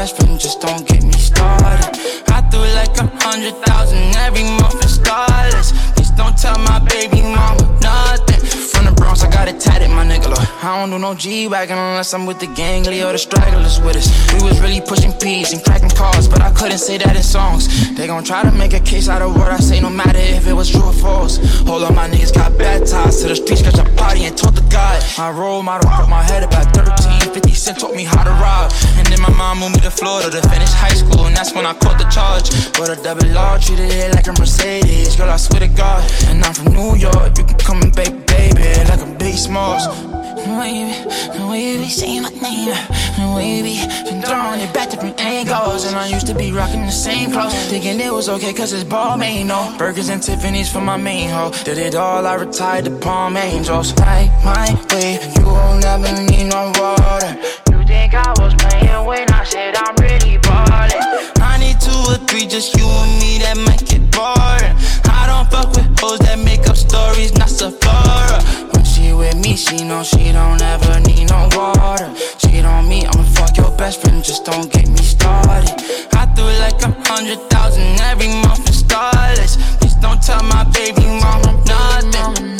best friend, just don't get me started. I do like 100,000 every month in starless. Please don't tell my baby mama nothing. From the Bronx, I got it tatted, my nigga. Look, I don't do no G-Wagon unless I'm with the gang, Leo the stragglers with us. We was really pushing P's and cracking cars, but I couldn't say that in songs. They gon' try to make a case out of what I say, no matter if it was true or false. Hold on, my niggas got baptized to the streets, catch a party and talk to God. My role model put my head about 13, 50 Cent taught me how to rob. And then my mom moved me to Florida to finish high school, and that's when I caught the charge. But a double R treated it like a Mercedes, girl, I swear to God. And I'm from New York, you can come and bake baby like a Big Smalls. The way you be saying my name, the way you be been throwing it back different angles. And I used to be rocking the same clothes, thinking it was okay cause it's ball made, no. Burgers and Tiffany's for my main hoe. Did it all, I retired to Palm Angels. Right my way, you won't never need no water. You think I was playing when I said I'm really ballin'. I need 2 or 3, just you and me, that might get boring. I don't fuck with hoes that make up stories, not Sephora. She with me, she know she don't ever need no water. Cheat on me, I'ma fuck your best friend, just don't get me started. I do like 100,000 every month in starless. Please don't tell my baby mama nothing.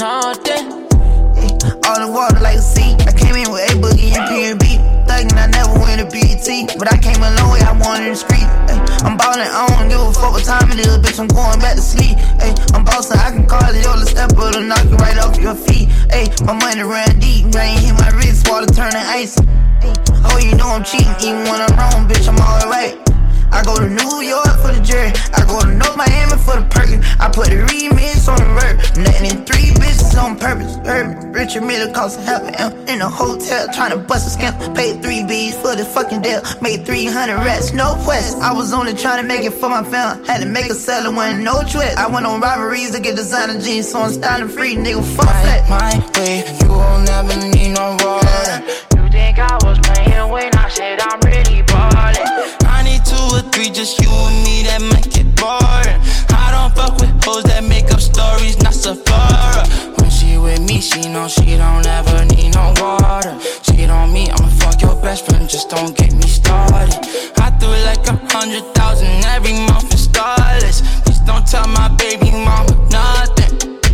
All the water like a sea. I came in with A-Boogie and P&B. Thuggin', I never win a BET, but I came a long way, I won in the street. I'm ballin', I don't give a fuck what time it is, bitch, I'm going back to sleep. I'm bossin', I can call it your step, but I'll knock you right off your feet. My money ran deep, rain hit my wrist, water turning ice. Oh, you know I'm cheating, even when I'm wrong, bitch, I'm alright. I go to New York for the jury, I go to North Miami for the Perkins. I put a remix on the verb, nothing in 3 bitches on purpose. Richard Miller cost half an M in a hotel, tryna bust a scam. Paid 3 B's for the fucking deal, made 300 rats, no quest. I was only tryna make it for my family, had to make a sell, it wasn't no twist. I went on robberies to get designer jeans, so I'm styling free, nigga, fuck that. My way, you won't never need no water. You think I was playing when I said I'm really ballin'. I need 2 or 3, just you and me, that might get boring. I don't fuck with hoes that make up stories, not Sephora. When she with me, she know she don't ever need no water. Cheat on me, I'ma fuck your best friend, just don't get me started. I do like 100,000 every month in starless. Please don't tell my baby mama nothing.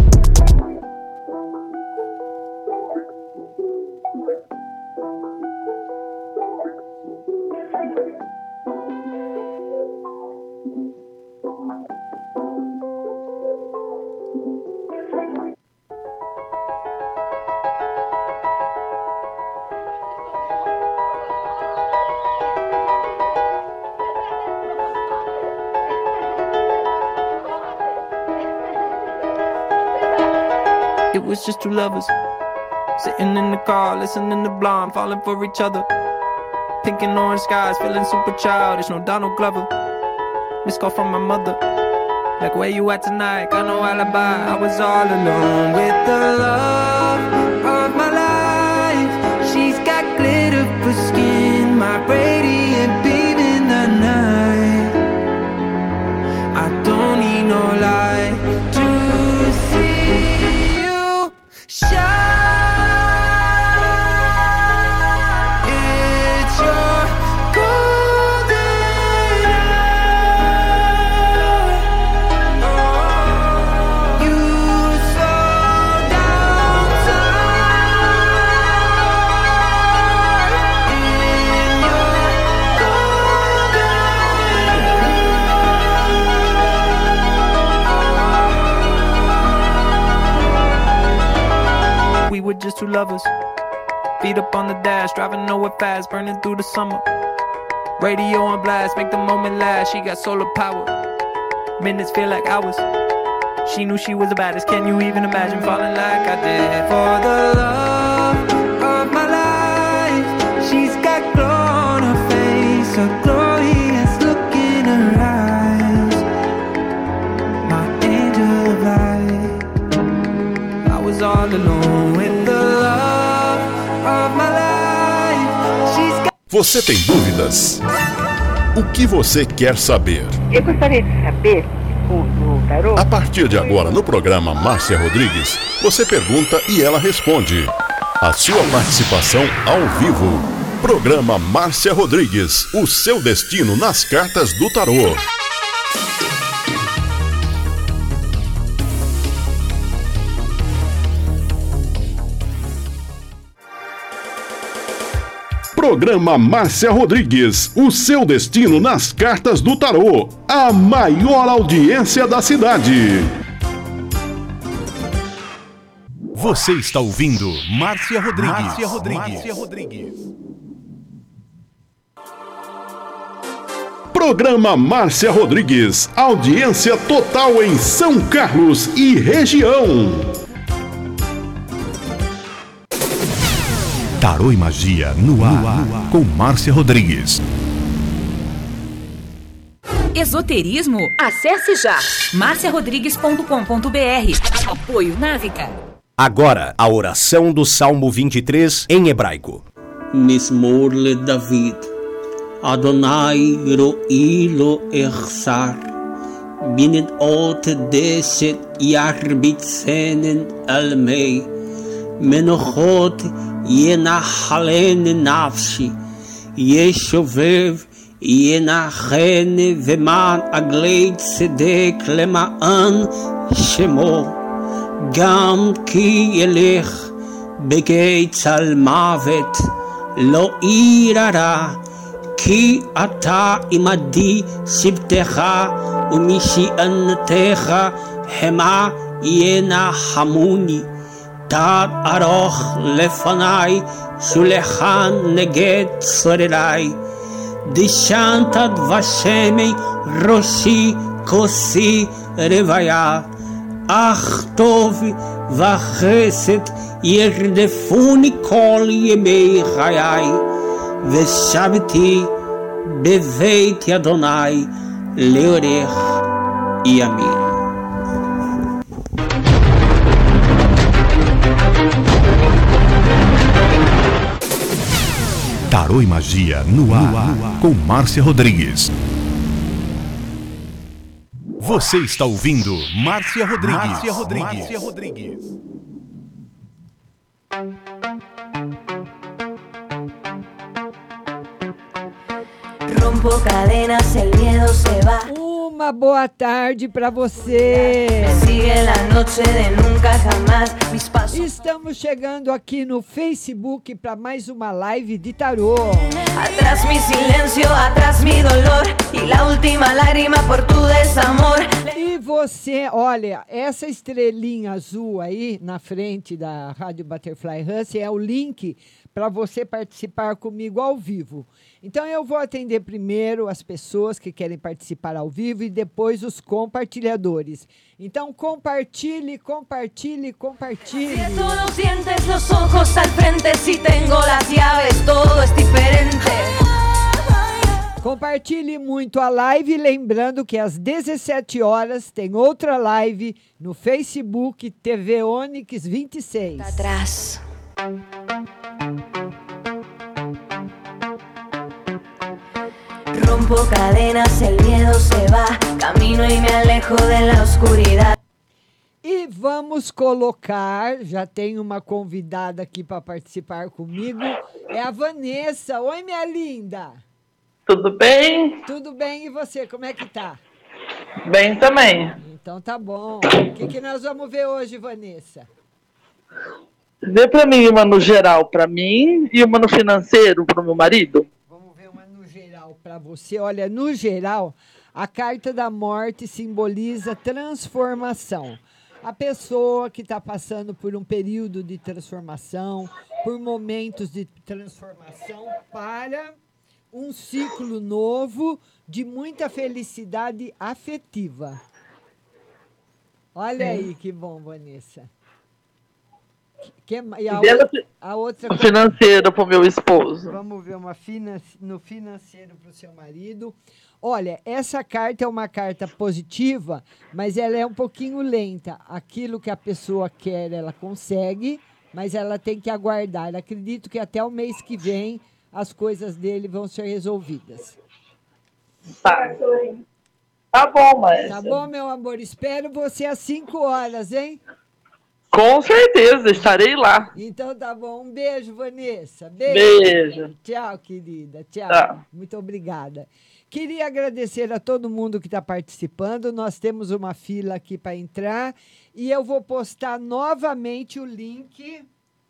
It was just 2 lovers sitting in the car, listening to Blonde, falling for each other. Pink and orange skies, feeling super childish, no Donald Glover. Missed call from my mother, like where you at tonight, got no alibi. I was all alone with the love of my life. She's got glitter for skin, my radiant beam in the night. I don't need no light to see you shine. It's your golden hour. You slow down time in your golden hour. We were just 2 lovers, feet up on the dash, driving nowhere fast, burning through the summer. Radio on blast, make the moment last. She got solar power, minutes feel like hours. She knew she was the baddest. Can you even imagine falling like I did? For the love of my life, she's got glow on her face, a glorious look in her eyes. My angel of light. I was all alone with the love of my life. She's got... Você tem dúvidas? O que você quer saber? Eu gostaria de saber o tarô. A partir de agora, no programa Márcia Rodrigues, você pergunta e ela responde. A sua participação ao vivo. Programa Márcia Rodrigues, o seu destino nas cartas do tarô. Programa Márcia Rodrigues, o seu destino nas cartas do tarô. A maior audiência da cidade. Você está ouvindo Márcia Rodrigues. Programa Márcia Rodrigues, audiência total em São Carlos e região. Tarô e Magia no ar, com Márcia Rodrigues. Esoterismo? Acesse já marciarodrigues.com.br. Apoio Návica. Agora, a oração do Salmo 23 em hebraico. Mismor le David. Adonai ro'i lo echsar. Binet ot deset yarbitzenen almei. Menochot ינחלני נפשי, ישובב ינחני ומען עגלי צדק למען שמו, גם כי ילך בגיא צל מוות, לא ירא, כי אתה עמדי שבטך ומשענתך המה ינחמוני. תד ארוך לפני, שולחן נגד צורריי. דשנת דבשמי ראשי כוסי רוויה. אך טוב וחסד ירדפוני כל ימי חיי. ושבתי בבית אדוני לאורך ימים. Tarô e Magia no ar, com Márcia Rodrigues. Você está ouvindo Márcia Rodrigues. Rompo cadenas, el miedo se va. Uma boa tarde para você. Sigue la noche de nunca jamás. Mis pasos. Estamos chegando aqui no Facebook para mais uma live de tarô. Atrás mi silencio, atrás mi dolor e la última lágrima por tu desamor. E você, olha, essa estrelinha azul aí na frente da Rádio Butterfly Hustle é o link para você participar comigo ao vivo. Então eu vou atender primeiro as pessoas que querem participar ao vivo e depois os compartilhadores. Então compartilhe. Cierro los dientes, los ojos al frente, si tengo las llaves, todo es diferente. Compartilhe muito a live, lembrando que às 17 horas tem outra live no Facebook TV Onix 26. Atrás. Rompo cadenas, el miedo se va, camino y me alejo de la oscuridad. E vamos colocar, já tem uma convidada aqui para participar comigo, é a Vanessa. Oi, minha linda. Tudo bem? Tudo bem, e você, como é que tá? Bem também. Então tá bom. O que nós vamos ver hoje, Vanessa? Vê pra mim uma no geral pra mim e uma no financeiro pro meu marido. Vamos ver uma no geral pra você. Olha, no geral, a carta da morte simboliza transformação. A pessoa que está passando por um período de transformação, por momentos de transformação, para um ciclo novo de muita felicidade afetiva. Olha aí que bom, Vanessa. E a outra financeira para o meu esposo. Vamos ver uma no financeiro para o seu marido. Olha, essa carta é uma carta positiva, mas ela é um pouquinho lenta. Aquilo que a pessoa quer, ela consegue, mas ela tem que aguardar. Acredito que até o mês que vem as coisas dele vão ser resolvidas. Tá bom, Márcia. Tá bom, meu amor. Espero você às 5 horas, hein? Com certeza, estarei lá. Então tá bom. Um beijo, Vanessa. Beijo. Beijo. Tchau, querida. Tchau. Tchau. Muito obrigada. Queria agradecer a todo mundo que está participando. Nós temos uma fila aqui para entrar e eu vou postar novamente o link.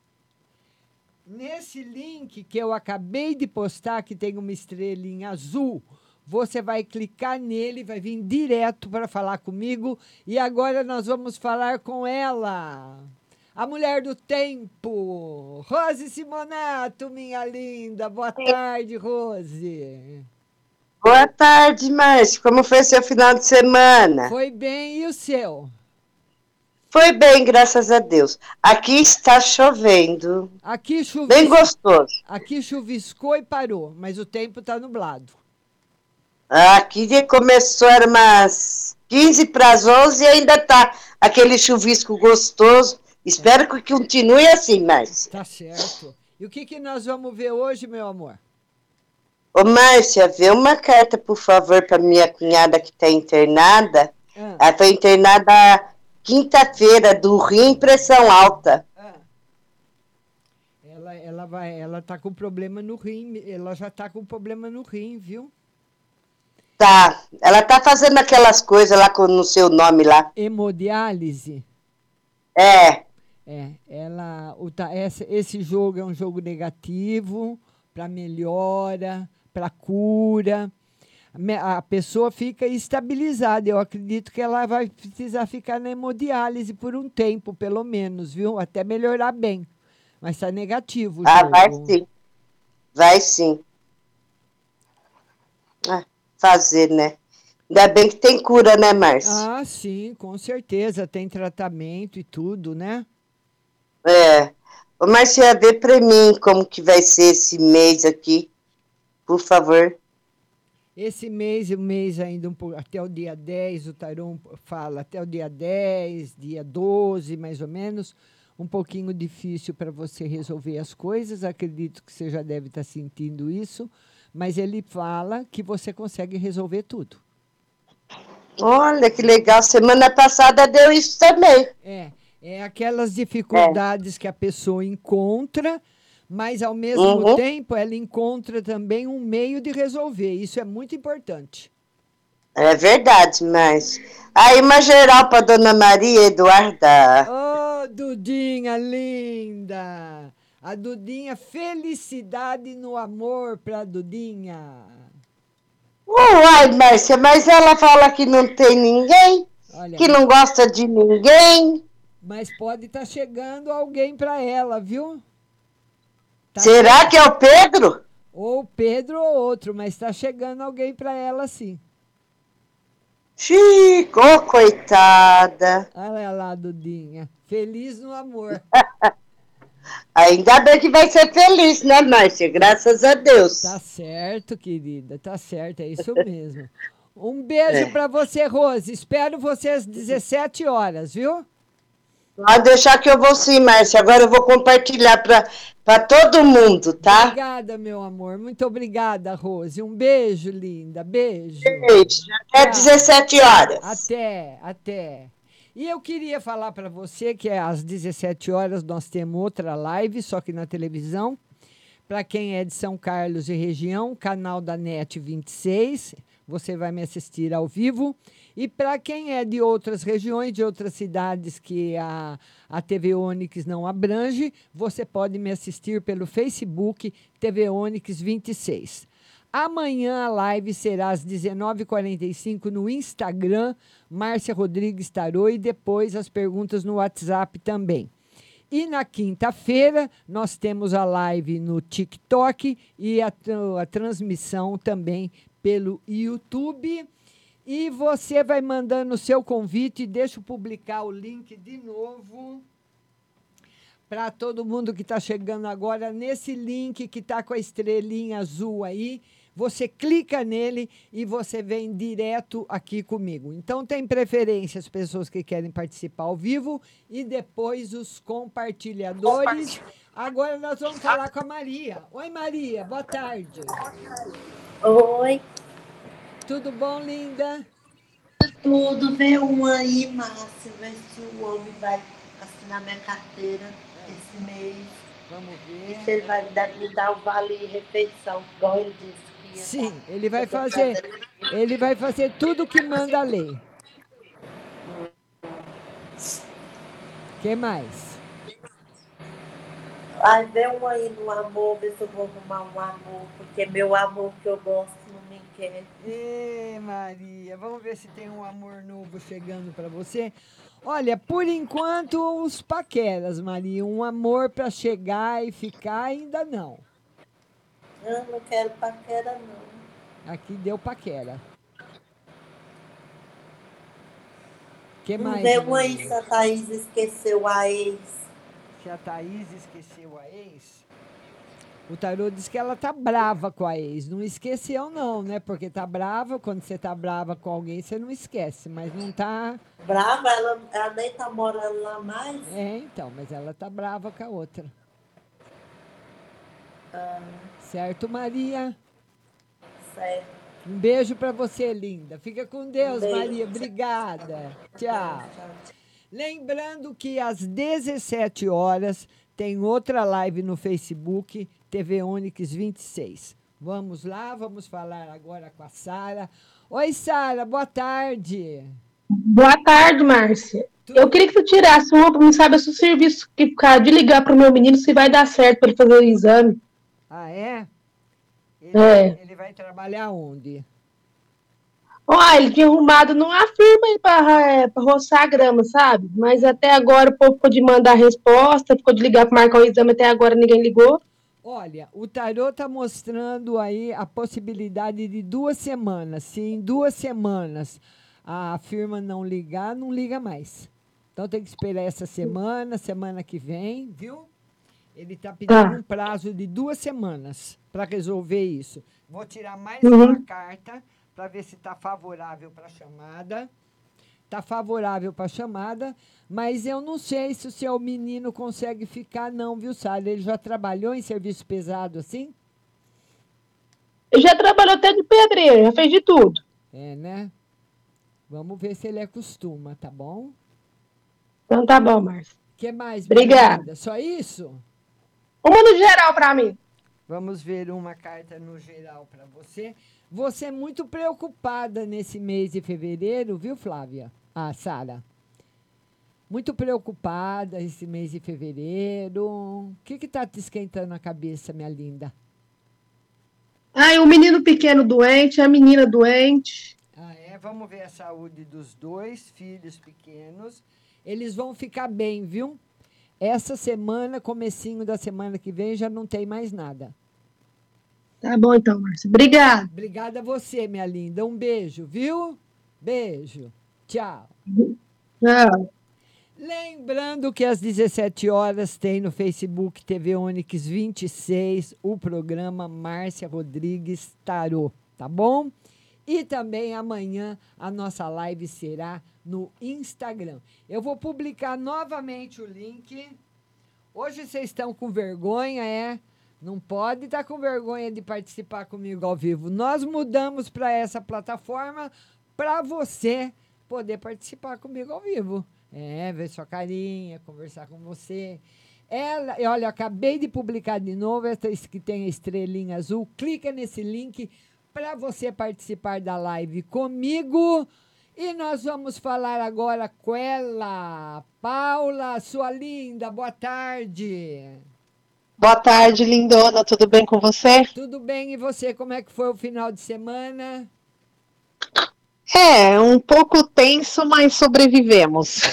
Nesse link que eu acabei de postar, que tem uma estrelinha azul, você vai clicar nele, vai vir direto para falar comigo. E agora nós vamos falar com ela, a mulher do tempo, Rose Simonato, minha linda. Boa tarde, Rose. Boa tarde, Márcio. Como foi seu final de semana? Foi bem, e o seu? Foi bem, graças a Deus. Aqui está chovendo. Aqui chuviscou, bem gostoso. Aqui chuviscou e parou, mas o tempo está nublado. Aqui começou, era umas 15 para as 11 e ainda está aquele chuvisco gostoso. Espero que continue assim, Márcia. Tá certo. E o que nós vamos ver hoje, meu amor? Ô, Márcia, vê uma carta, por favor, para minha cunhada que está internada. Ela foi internada quinta-feira, do rim, pressão alta. Ela tá com problema no rim, ela já tá com problema no rim, viu? Tá, ela tá fazendo aquelas coisas lá no seu nome lá. Hemodiálise? É. Esse jogo é um jogo negativo, para melhora, para cura. A pessoa fica estabilizada. Eu acredito que ela vai precisar ficar na hemodiálise por um tempo, pelo menos, viu? Até melhorar bem. Mas está negativo o jogo. Vai sim. Vai sim. Fazer, né? Ainda bem que tem cura, né, Márcia? Ah, sim, com certeza. Tem tratamento e tudo, né? Ô, Márcia, vê para mim como que vai ser esse mês aqui, por favor. Esse mês, ainda até o dia 10, o Tarom fala, até o dia 10, dia 12, mais ou menos, um pouquinho difícil para você resolver as coisas, acredito que você já deve estar sentindo isso, mas ele fala que você consegue resolver tudo. Olha, que legal, semana passada deu isso também. É aquelas dificuldades que a pessoa encontra, mas, ao mesmo tempo, ela encontra também um meio de resolver. Isso é muito importante. É verdade, mas... Aí, uma geral para Dona Maria Eduarda. Oh, Dudinha linda! A Dudinha, felicidade no amor para a Dudinha. Uai, Márcia, mas ela fala que não tem ninguém, que não gosta de ninguém. Mas pode estar chegando alguém para ela, viu? Será que é o Pedro? Ou o Pedro ou outro, mas está chegando alguém para ela, sim. Chico, coitada. Olha lá, Dudinha. Feliz no amor. Ainda bem que vai ser feliz, né, Márcia? Graças a Deus. Tá certo, querida. Tá certo, é isso mesmo. Um beijo para você, Rose. Espero você às 17 horas, viu? Pode deixar que eu vou sim, Márcia. Agora eu vou compartilhar para todo mundo, tá? Obrigada, meu amor. Muito obrigada, Rose. Um beijo, linda. Beijo. Beijo. Até 17 horas. Até. E eu queria falar para você que às 17 horas nós temos outra live, só que na televisão. Para quem é de São Carlos e região, canal da NET 26, você vai me assistir ao vivo. E para quem é de outras regiões, de outras cidades que a TV Onix não abrange, você pode me assistir pelo Facebook TV Onix 26. Amanhã a live será às 19h45 no Instagram, Márcia Rodrigues Tarô, e depois as perguntas no WhatsApp também. E na quinta-feira nós temos a live no TikTok e a transmissão também pelo YouTube. E você vai mandando o seu convite, deixa eu publicar o link de novo para todo mundo que está chegando agora. Nesse link que está com a estrelinha azul aí, você clica nele e você vem direto aqui comigo. Então, tem preferência as pessoas que querem participar ao vivo e depois os compartilhadores. Agora nós vamos falar com a Maria. Oi, Maria, boa tarde. Oi. Tudo bom, linda? Tudo, vê um aí, Márcia, vê se o homem vai na minha carteira esse mês. Vamos ver. E se ele vai me dar o vale refeição, igual ele disse que ia. Sim, ele vai fazer tudo o que manda a lei. Que mais? Ai, vê um aí no amor, ver se eu vou arrumar um amor, porque meu amor que eu gosto não me quer. Ê, Maria, vamos ver se tem um amor novo chegando para você. Olha, por enquanto, os paqueras, Maria. Um amor para chegar e ficar, ainda não. Eu não quero paquera, não. Aqui deu paquera. Que mais? Vê um aí se a Thaís esqueceu a ex. Se a Thaís esqueceu a ex? O tarô diz que ela tá brava com a ex. Não esqueceu não, né? Porque tá brava, quando você tá brava com alguém, você não esquece. Mas não tá... Brava? Ela nem tá morando lá mais? É, então. Mas ela tá brava com a outra. Certo, Maria? Certo. Um beijo pra você, linda. Fica com Deus, beijo. Maria. Obrigada. Tchau. Lembrando que às 17 horas tem outra live no Facebook, TV Onix 26. Vamos lá, vamos falar agora com a Sara. Oi, Sara, boa tarde. Boa tarde, Márcia. Eu queria que você tirasse uma para mim saber se o serviço que ficar de ligar para o meu menino se vai dar certo para ele fazer o exame. Ah, é? Ele vai trabalhar onde? Ele tinha arrumado numa firma aí para roçar a grama, sabe? Mas até agora o povo ficou de mandar resposta, ficou de ligar para marcar o exame, até agora ninguém ligou. Olha, o tarô está mostrando aí a possibilidade de 2 semanas. Se em 2 semanas a firma não ligar, não liga mais. Então tem que esperar essa semana que vem, viu? Ele está pedindo um prazo de 2 semanas para resolver isso. Vou tirar mais uma carta para ver se está favorável para a chamada. Está favorável para a chamada, mas eu não sei se o seu menino consegue ficar não, viu, Sara? Ele já trabalhou em serviço pesado assim? Ele já trabalhou até de pedreiro, já fez de tudo. É, né? Vamos ver se ele acostuma, tá bom? Então tá bom, Márcia. O que mais? Obrigada. Só isso? Uma no geral para mim. Vamos ver uma carta no geral para você. Você é muito preocupada nesse mês de fevereiro, viu, Flávia? Ah, Sara. Muito preocupada esse mês de fevereiro. O que está te esquentando a cabeça, minha linda? O menino pequeno doente, a menina doente. Ah, é? Vamos ver a saúde dos 2 filhos pequenos. Eles vão ficar bem, viu? Essa semana, comecinho da semana que vem, já não tem mais nada. Tá bom então, Márcia. Obrigada. Obrigada a você, minha linda. Um beijo, viu? Beijo. Tchau. Tchau. Lembrando que às 17 horas tem no Facebook TV Onix 26 o programa Márcia Rodrigues Tarô, tá bom? E também amanhã a nossa live será no Instagram. Eu vou publicar novamente o link. Hoje vocês estão com vergonha, é? Não pode estar com vergonha de participar comigo ao vivo. Nós mudamos para essa plataforma para você poder participar comigo ao vivo. Ver sua carinha, conversar com você. Olha, eu acabei de publicar de novo, essa que tem a estrelinha azul. Clica nesse link para você participar da live comigo. E nós vamos falar agora com ela. Paula, sua linda, boa tarde. Boa tarde, lindona. Tudo bem com você? Tudo bem. E você, como é que foi o final de semana? Um pouco tenso, mas sobrevivemos.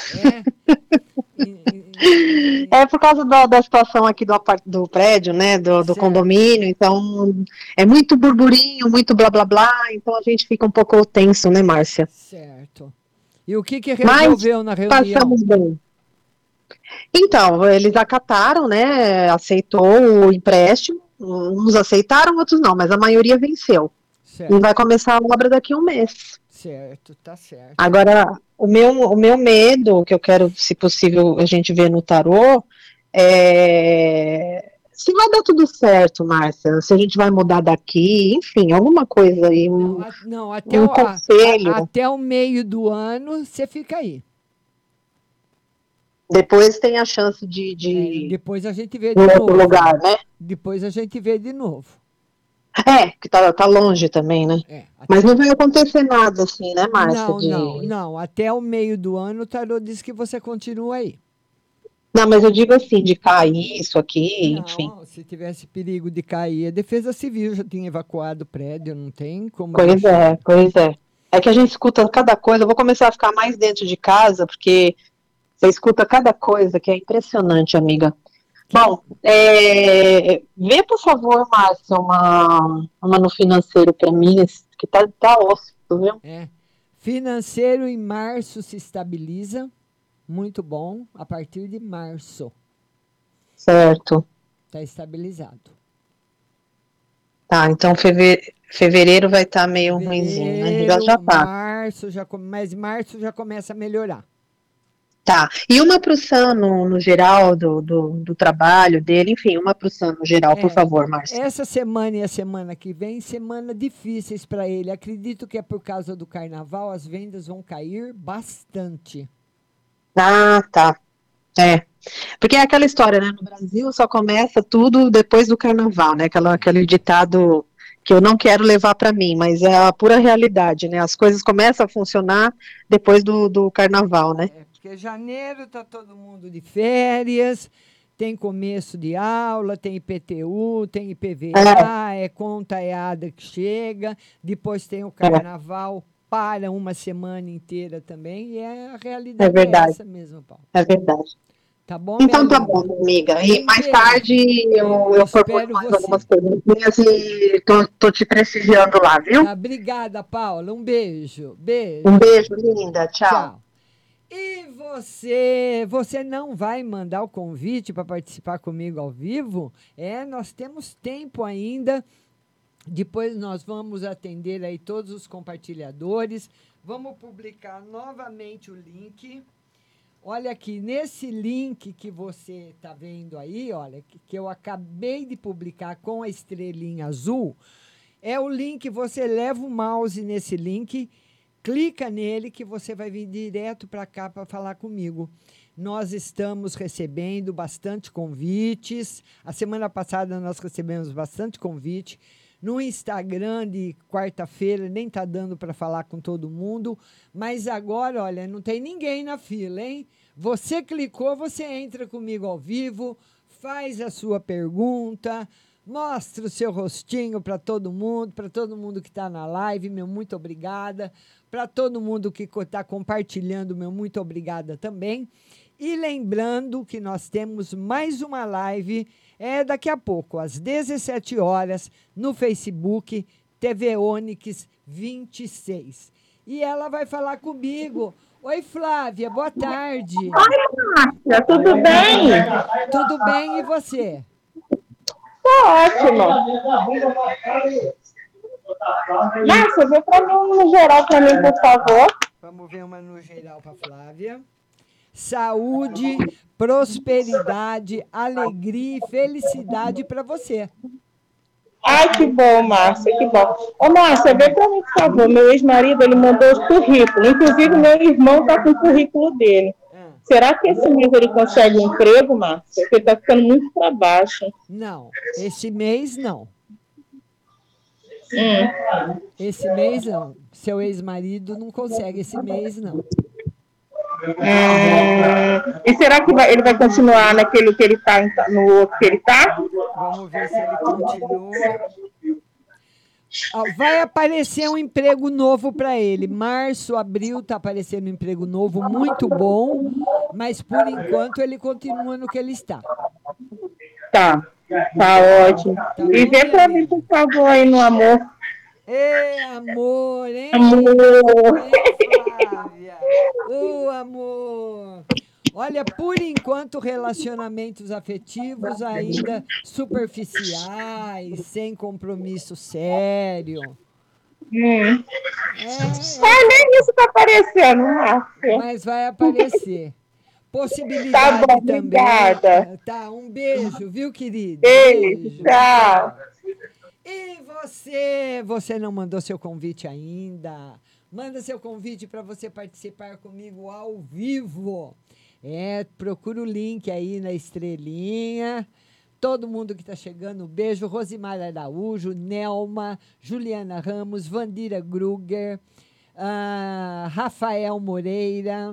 É por causa da situação aqui do prédio, né, do condomínio, então é muito burburinho, muito blá blá blá, então a gente fica um pouco tenso, né, Márcia? Certo. E o que resolveu na reunião? Passamos bem. Então, eles acataram, né, aceitou o empréstimo, uns aceitaram, outros não, mas a maioria venceu. Certo. E vai começar a obra daqui a um mês. Certo, tá certo. Agora, o meu medo, que eu quero, se possível, a gente ver no tarô, é se vai dar tudo certo, Márcia, se a gente vai mudar daqui, enfim, alguma coisa aí, até conselho. Até o meio do ano, você fica aí. Depois tem a chance de depois a gente vê de em novo. outro lugar, né? Depois a gente vê de novo. Que tá longe também, né? Mas não vai acontecer nada assim, né, Márcia? Não. Até o meio do ano o tarô diz que você continua aí. Não, mas eu digo assim, de cair isso aqui, enfim. Se tivesse perigo de cair, a Defesa Civil já tinha evacuado o prédio, não tem como... Pois é. É que a gente escuta cada coisa, eu vou começar a ficar mais dentro de casa, porque você escuta cada coisa que é impressionante, amiga. Bom, vê, por favor, Márcia, uma no financeiro para mim, que tá osso, viu? Financeiro em março se estabiliza, muito bom, a partir de março. Certo. Está estabilizado. Tá, então fevereiro vai estar meio ruimzinho, né? Já tá. Mas março já começa a melhorar. Tá, e uma pro Sam no geral do trabalho dele, enfim, uma pro Sam no geral, por favor, Márcia. Essa semana e a semana que vem, semana difíceis para ele. Acredito que é por causa do carnaval, as vendas vão cair bastante. Ah, tá. Porque é aquela história, né? No Brasil só começa tudo depois do carnaval, né? Aquele ditado que eu não quero levar para mim, mas é a pura realidade, né? As coisas começam a funcionar depois do carnaval, né? Porque janeiro tá todo mundo de férias, tem começo de aula, tem IPTU, tem IPVA, conta EADA que chega, depois tem o carnaval para uma semana inteira também, e a realidade é essa mesmo, Paulo. É verdade. Tá bom, então tá bom, amiga. E mais tarde eu proponho mais algumas perguntinhas e tô te prestigiando lá, viu? Obrigada, Paula. Um beijo. Um beijo, linda. Tchau. E você não vai mandar o convite para participar comigo ao vivo? Nós temos tempo ainda. Depois nós vamos atender aí todos os compartilhadores. Vamos publicar novamente o link. Olha aqui, nesse link que você está vendo aí, olha, que eu acabei de publicar com a estrelinha azul, é o link, você leva o mouse nesse link, clica nele que você vai vir direto para cá para falar comigo. Nós estamos recebendo bastante convites. A semana passada nós recebemos bastante convite. No Instagram de quarta-feira nem está dando para falar com todo mundo, mas agora, olha, não tem ninguém na fila, hein? Você clicou, você entra comigo ao vivo, faz a sua pergunta, mostra o seu rostinho para todo mundo que está na live, meu muito obrigada. Para todo mundo que está compartilhando, meu muito obrigada também. E lembrando que nós temos mais uma live daqui a pouco, às 17 horas, no Facebook, TV Onix 26. E ela vai falar comigo. Oi, Flávia, boa tarde. Oi, Márcia, tudo bem? Tudo bem, e você? Tô ótimo. Márcia, vê para mim no geral para mim, por favor. Vamos ver uma no geral para Flávia. Saúde, prosperidade, alegria e felicidade para você. Ai, que bom, Márcia, que bom. Ô, Márcia, vê para mim, por favor. Meu ex-marido, ele mandou os currículos. Inclusive, meu irmão está com o currículo dele. Será que esse mês ele consegue um emprego, Márcia? Porque ele está ficando muito para baixo. Não, esse mês não. Esse mês não. Seu ex-marido não consegue esse mês, não. E será que ele vai continuar naquele que ele está, no outro que ele está? Vamos ver se ele continua. Vai aparecer um emprego novo para ele. Março, abril está aparecendo um emprego novo muito bom, mas por enquanto ele continua no que ele está. Tá ótimo. E vê para mim, por favor, aí no amor. Amor, hein? Amor. Flávia? Amor. Olha, por enquanto, relacionamentos afetivos ainda superficiais, sem compromisso sério. Nem isso tá aparecendo, Márcia. Mas vai aparecer. Possibilidade tá bom, também. Obrigada. Tá, um beijo, viu, querido? Beijo, tchau. E você não mandou seu convite ainda? Manda seu convite para você participar comigo ao vivo. Procura o link aí na estrelinha. Todo mundo que está chegando, um beijo. Rosimar Araújo, Nelma, Juliana Ramos, Vandira Gruger, Rafael Moreira,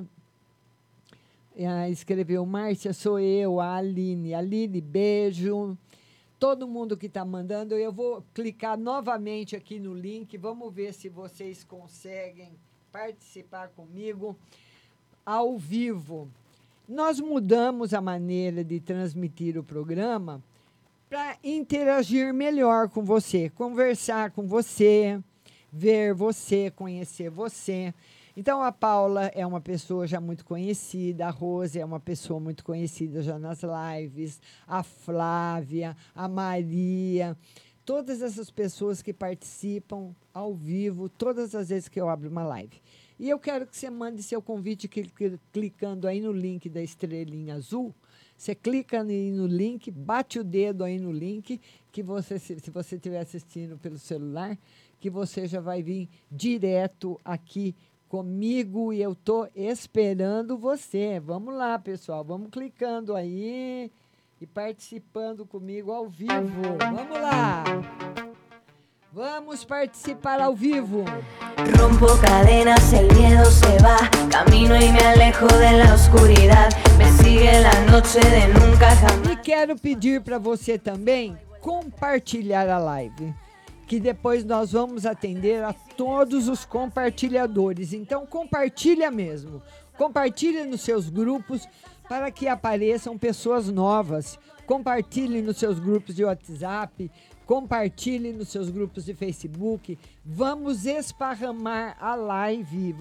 escreveu Márcia, sou eu, a Aline. Aline, beijo. Todo mundo que está mandando, eu vou clicar novamente aqui no link. Vamos ver se vocês conseguem participar comigo ao vivo. Nós mudamos a maneira de transmitir o programa para interagir melhor com você, conversar com você, ver você, conhecer você. Então, a Paula é uma pessoa já muito conhecida, a Rose é uma pessoa muito conhecida já nas lives, a Flávia, a Maria, todas essas pessoas que participam ao vivo, todas as vezes que eu abro uma live. E eu quero que você mande seu convite clicando aí no link da estrelinha azul. Você clica aí no link, bate o dedo aí no link, que você, se você estiver assistindo pelo celular, que você já vai vir direto aqui comigo e eu estou esperando você. Vamos lá, pessoal, vamos clicando aí e participando comigo ao vivo. Vamos lá! Vamos participar ao vivo. Rompo cadenas, el miedo se va, camino y me alejo de la oscuridad, me sigue la noche de nunca jamás. E quero pedir para você também compartilhar a live, que depois nós vamos atender a todos os compartilhadores. Então compartilha mesmo, compartilha nos seus grupos para que apareçam pessoas novas. Compartilhe nos seus grupos de WhatsApp, compartilhe nos seus grupos de Facebook. Vamos esparramar a live.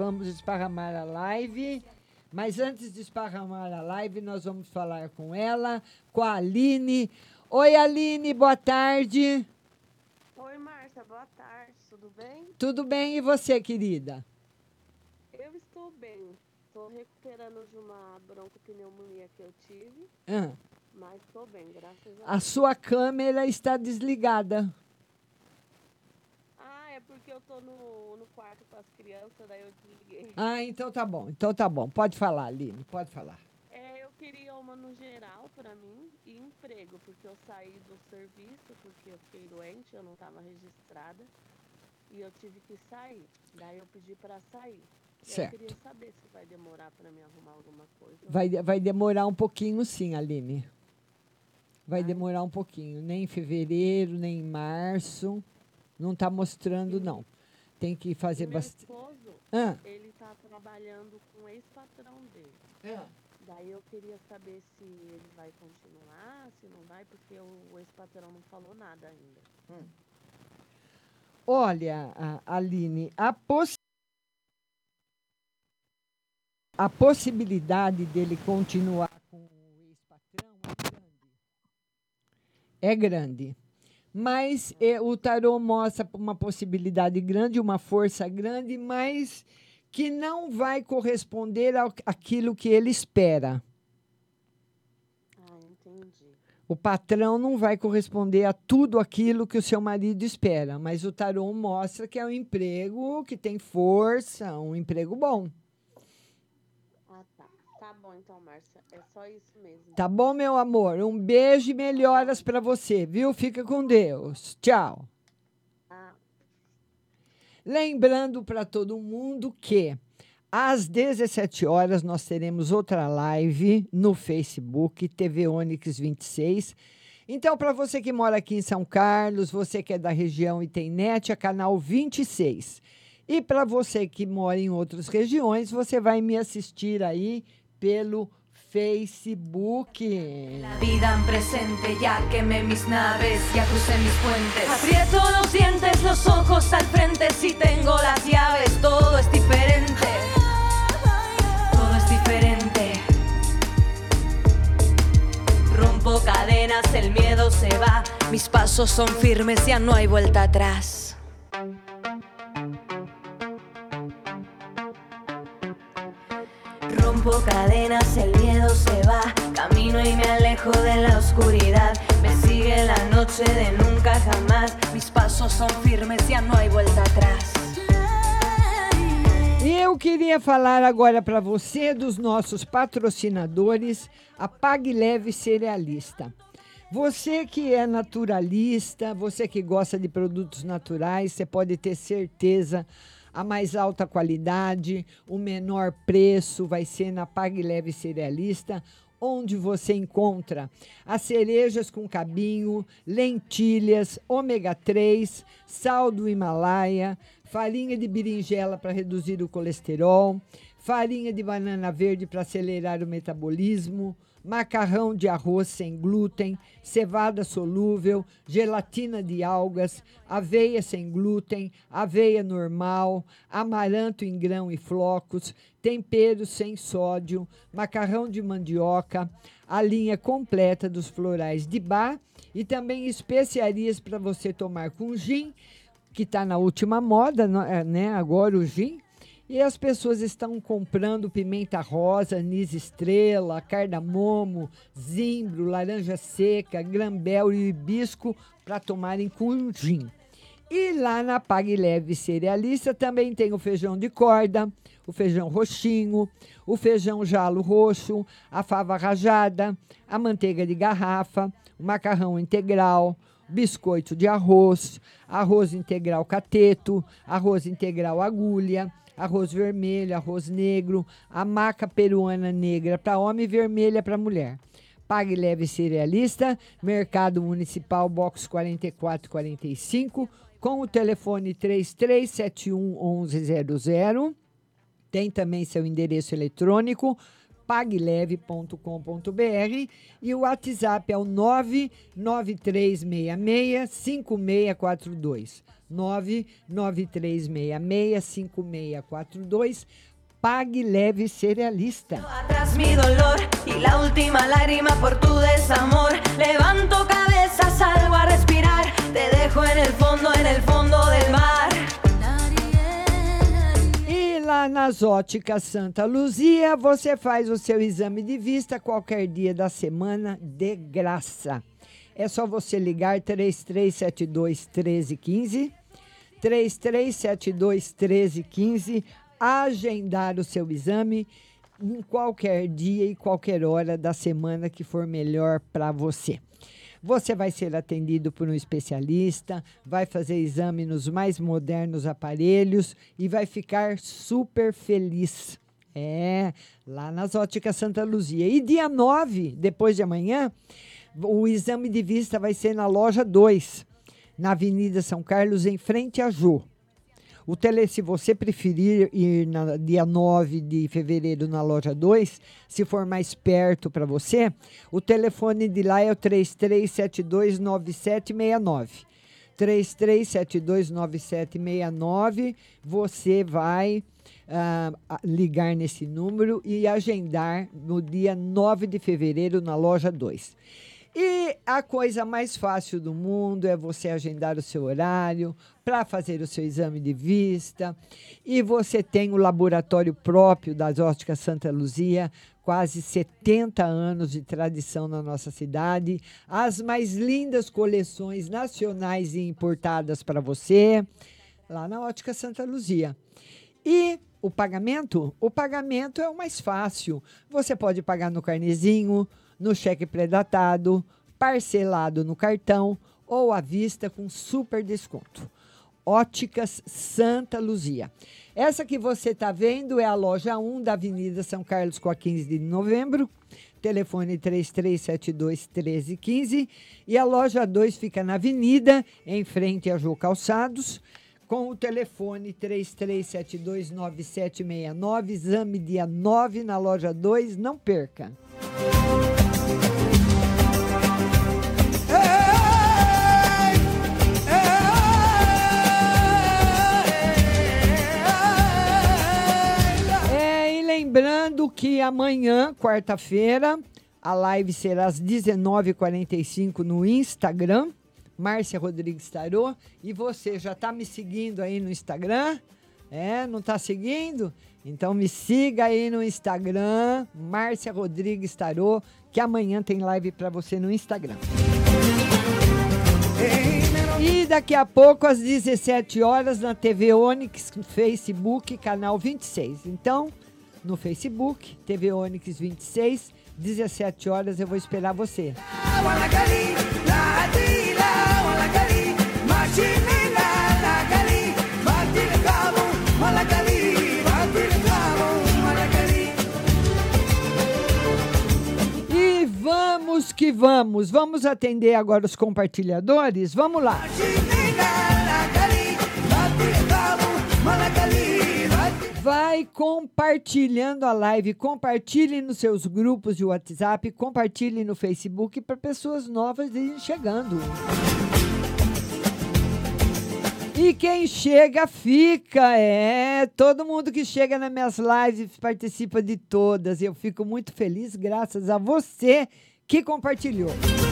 Mas antes de esparramar a live, nós vamos falar com ela, com a Aline. Oi, Aline, boa tarde. Oi, Márcia, boa tarde. Tudo bem? Tudo bem, e você, querida? Eu estou bem. Estou recuperando de uma broncopneumonia que eu tive. Mas estou bem, graças a Deus. A sua câmera está desligada. É porque eu estou no quarto com as crianças, daí eu desliguei. Então tá bom. Pode falar, Aline, pode falar. Eu queria uma no geral para mim e emprego, porque eu saí do serviço, porque eu fiquei doente, eu não estava registrada e eu tive que sair. Daí eu pedi para sair. Certo. Eu queria saber se vai demorar para me arrumar alguma coisa. Vai demorar um pouquinho, sim, Aline. Vai demorar um pouquinho. Nem em fevereiro, nem em março. Não está mostrando, não. Tem que fazer bastante. Meu esposo, ele está trabalhando com o ex-patrão dele. Daí eu queria saber se ele vai continuar, se não vai, porque o ex-patrão não falou nada ainda. Olha, Aline, a possibilidade dele continuar com o ex-patrão é grande. Mas o tarô mostra uma possibilidade grande, uma força grande, mas que não vai corresponder àquilo que ele espera. Entendi. O patrão não vai corresponder a tudo aquilo que o seu marido espera, mas o tarô mostra que é um emprego que tem força, um emprego bom. Tá bom, então, Márcia. É só isso mesmo. Tá bom, meu amor? Um beijo e melhoras para você, viu? Fica com Deus. Tchau. Lembrando para todo mundo que às 17 horas nós teremos outra live no Facebook, TV Onix 26. Então, para você que mora aqui em São Carlos, você que é da região e tem net, é canal 26. E para você que mora em outras regiões, você vai me assistir aí pelo Facebook. La vida en presente, ya quemé mis naves, ya crucé mis puentes. Aprieto los dientes, los ojos al frente, si tengo las llaves, todo es diferente. Todo es diferente. Rompo cadenas, el miedo se va, mis pasos son firmes, ya no hay vuelta atrás. Rompo cadenas, el miedo se va, camino y me alejo de la oscuridad, me sigue la noche de nunca jamás, mis pasos son firmes, ya no hay vuelta atrás. Eu Eu queria falar agora para você dos nossos patrocinadores, a Pague Leve Cerealista. Você que é naturalista, você que gosta de produtos naturais, você pode ter certeza, a mais alta qualidade, o menor preço vai ser na Pague Leve Cerealista, onde você encontra as cerejas com cabinho, lentilhas, ômega 3, sal do Himalaia, farinha de berinjela para reduzir o colesterol, farinha de banana verde para acelerar o metabolismo, macarrão de arroz sem glúten, cevada solúvel, gelatina de algas, aveia sem glúten, aveia normal, amaranto em grão e flocos, temperos sem sódio, macarrão de mandioca, a linha completa dos florais de Bach e também especiarias para você tomar com gin, que está na última moda, né? Agora o gin. E as pessoas estão comprando pimenta rosa, anis estrela, cardamomo, zimbro, laranja seca, grambel e hibisco para tomarem com gin. E lá na Pague Leve Cerealista também tem o feijão de corda, o feijão roxinho, o feijão jalo roxo, a fava rajada, a manteiga de garrafa, o macarrão integral, biscoito de arroz, arroz integral cateto, arroz integral agulha, arroz vermelho, arroz negro, a maca peruana negra para homem e vermelha para mulher. Pague Leve Cerealista, Mercado Municipal, box 4445, com o telefone 3371-1100. Tem também seu endereço eletrônico, pagleve.com.br, e o WhatsApp é o 99366-5642. 99366-5642. Pague Leve Cerealista. Atrás mi dolor y la última lágrima por tu desamor. Levanto cabeza, salgo a respirar. Te dejo en el fondo del mar. E lá nas Óticas Santa Luzia, você faz o seu exame de vista qualquer dia da semana de graça. É só você ligar 3372-1315, 3372-1315, agendar o seu exame em qualquer dia e qualquer hora da semana que for melhor para você. Você vai ser atendido por um especialista, vai fazer exame nos mais modernos aparelhos e vai ficar super feliz. Lá nas Óticas Santa Luzia. E dia 9, depois de amanhã, o exame de vista vai ser na loja 2, na Avenida São Carlos, em frente a Jô. Se você preferir ir no dia 9 de fevereiro na loja 2, se for mais perto para você, o telefone de lá é o 3372-9769. 3372-9769. Você vai ligar nesse número e agendar no dia 9 de fevereiro na loja 2. E a coisa mais fácil do mundo é você agendar o seu horário para fazer o seu exame de vista. E você tem o laboratório próprio das Óticas Santa Luzia, quase 70 anos de tradição na nossa cidade. As mais lindas coleções nacionais e importadas para você, lá na Ótica Santa Luzia. E o pagamento? O pagamento é o mais fácil. Você pode pagar no carnezinho, no cheque pré-datado, parcelado no cartão ou à vista com super desconto. Óticas Santa Luzia. Essa que você está vendo é a loja 1 da Avenida São Carlos com a 15 de novembro, telefone 3372-1315, e a loja 2 fica na Avenida, em frente a Jô Calçados, com o telefone 3372-9769, exame dia 9 na loja 2, não perca. E lembrando que amanhã, quarta-feira, a live será às 19h45 no Instagram, Márcia Rodrigues Tarô. E você já está me seguindo aí no Instagram? Não está seguindo? Então me siga aí no Instagram, Márcia Rodrigues Tarô, que amanhã tem live para você no Instagram. E E daqui a pouco, às 17 horas, na TV Onix, Facebook, canal 26. Então, no Facebook, TV Onix 26, 17 horas, eu vou esperar você. E vamos que vamos. Vamos atender agora os compartilhadores? Vamos lá. Vai compartilhando a live, compartilhe nos seus grupos de WhatsApp, compartilhe no Facebook para pessoas novas irem chegando. E quem chega, fica. Todo mundo que chega nas minhas lives participa de todas. Eu fico muito feliz graças a você que compartilhou.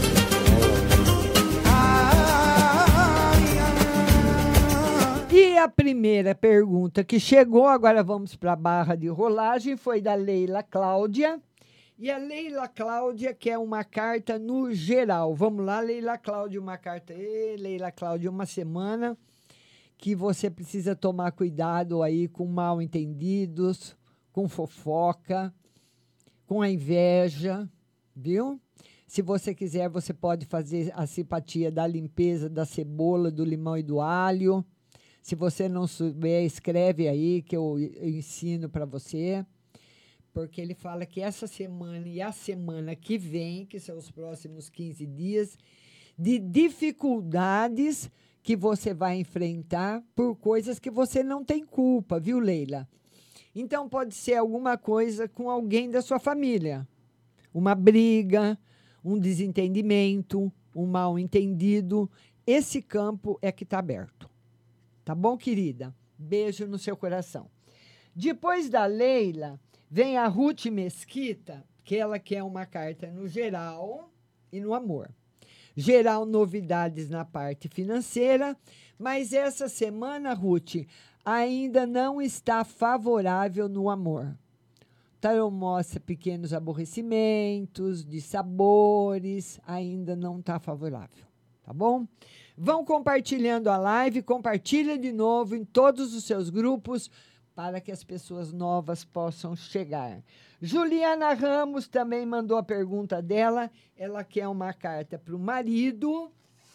E a primeira pergunta que chegou, agora vamos para a barra de rolagem, foi da Leila Cláudia. E a Leila Cláudia quer uma carta no geral. Vamos lá, Leila Cláudia, uma carta. Leila Cláudia, uma semana que você precisa tomar cuidado aí com mal-entendidos, com fofoca, com a inveja, viu? Se você quiser, você pode fazer a simpatia da limpeza da cebola, do limão e do alho. Se você não souber, escreve aí que eu ensino para você. Porque ele fala que essa semana e a semana que vem, que são os próximos 15 dias, de dificuldades que você vai enfrentar por coisas que você não tem culpa, viu, Leila? Então, pode ser alguma coisa com alguém da sua família. Uma briga, um desentendimento, um mal-entendido. Esse campo é que está aberto. Tá bom, querida? Beijo no seu coração. Depois da Leila, vem a Ruth Mesquita, que ela quer uma carta no geral e no amor. Geral, novidades na parte financeira, mas essa semana, Ruth, ainda não está favorável no amor. Tarô mostra pequenos aborrecimentos, de sabores, ainda não está favorável, tá bom? Vão compartilhando a live, compartilha de novo em todos os seus grupos para que as pessoas novas possam chegar. Juliana Ramos também mandou a pergunta dela. Ela quer uma carta para o marido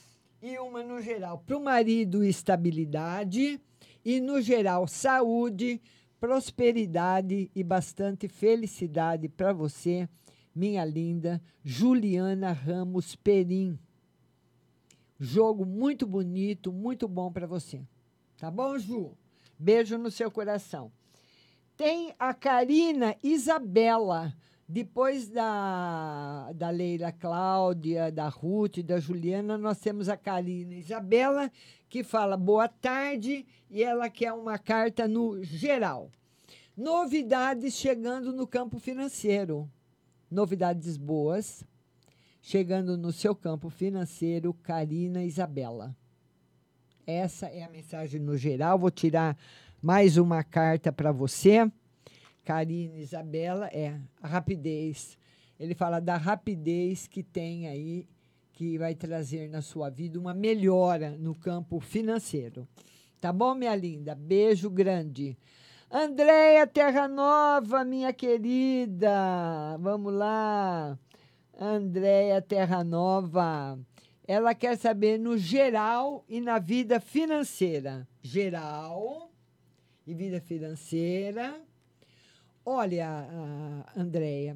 e uma no geral. Para o marido, estabilidade e no geral, saúde, prosperidade e bastante felicidade para você, minha linda Juliana Ramos Perim. Jogo muito bonito, muito bom para você. Tá bom, Ju? Beijo no seu coração. Tem a Karina Isabela, depois da Leila Cláudia, da Ruth, da Juliana, nós temos a Karina Isabela, que fala boa tarde e ela quer uma carta no geral. Novidades chegando no campo financeiro. Novidades boas chegando no seu campo financeiro, Karina Isabela. Essa é a mensagem no geral. Vou tirar mais uma carta para você. Karina Isabela, a rapidez. Ele fala da rapidez que tem aí, que vai trazer na sua vida uma melhora no campo financeiro. Tá bom, minha linda? Beijo grande. Andréia Terra Nova, minha querida. Vamos lá. Andréia Terra Nova. Ela quer saber no geral e na vida financeira. Geral e vida financeira. Olha, Andréia,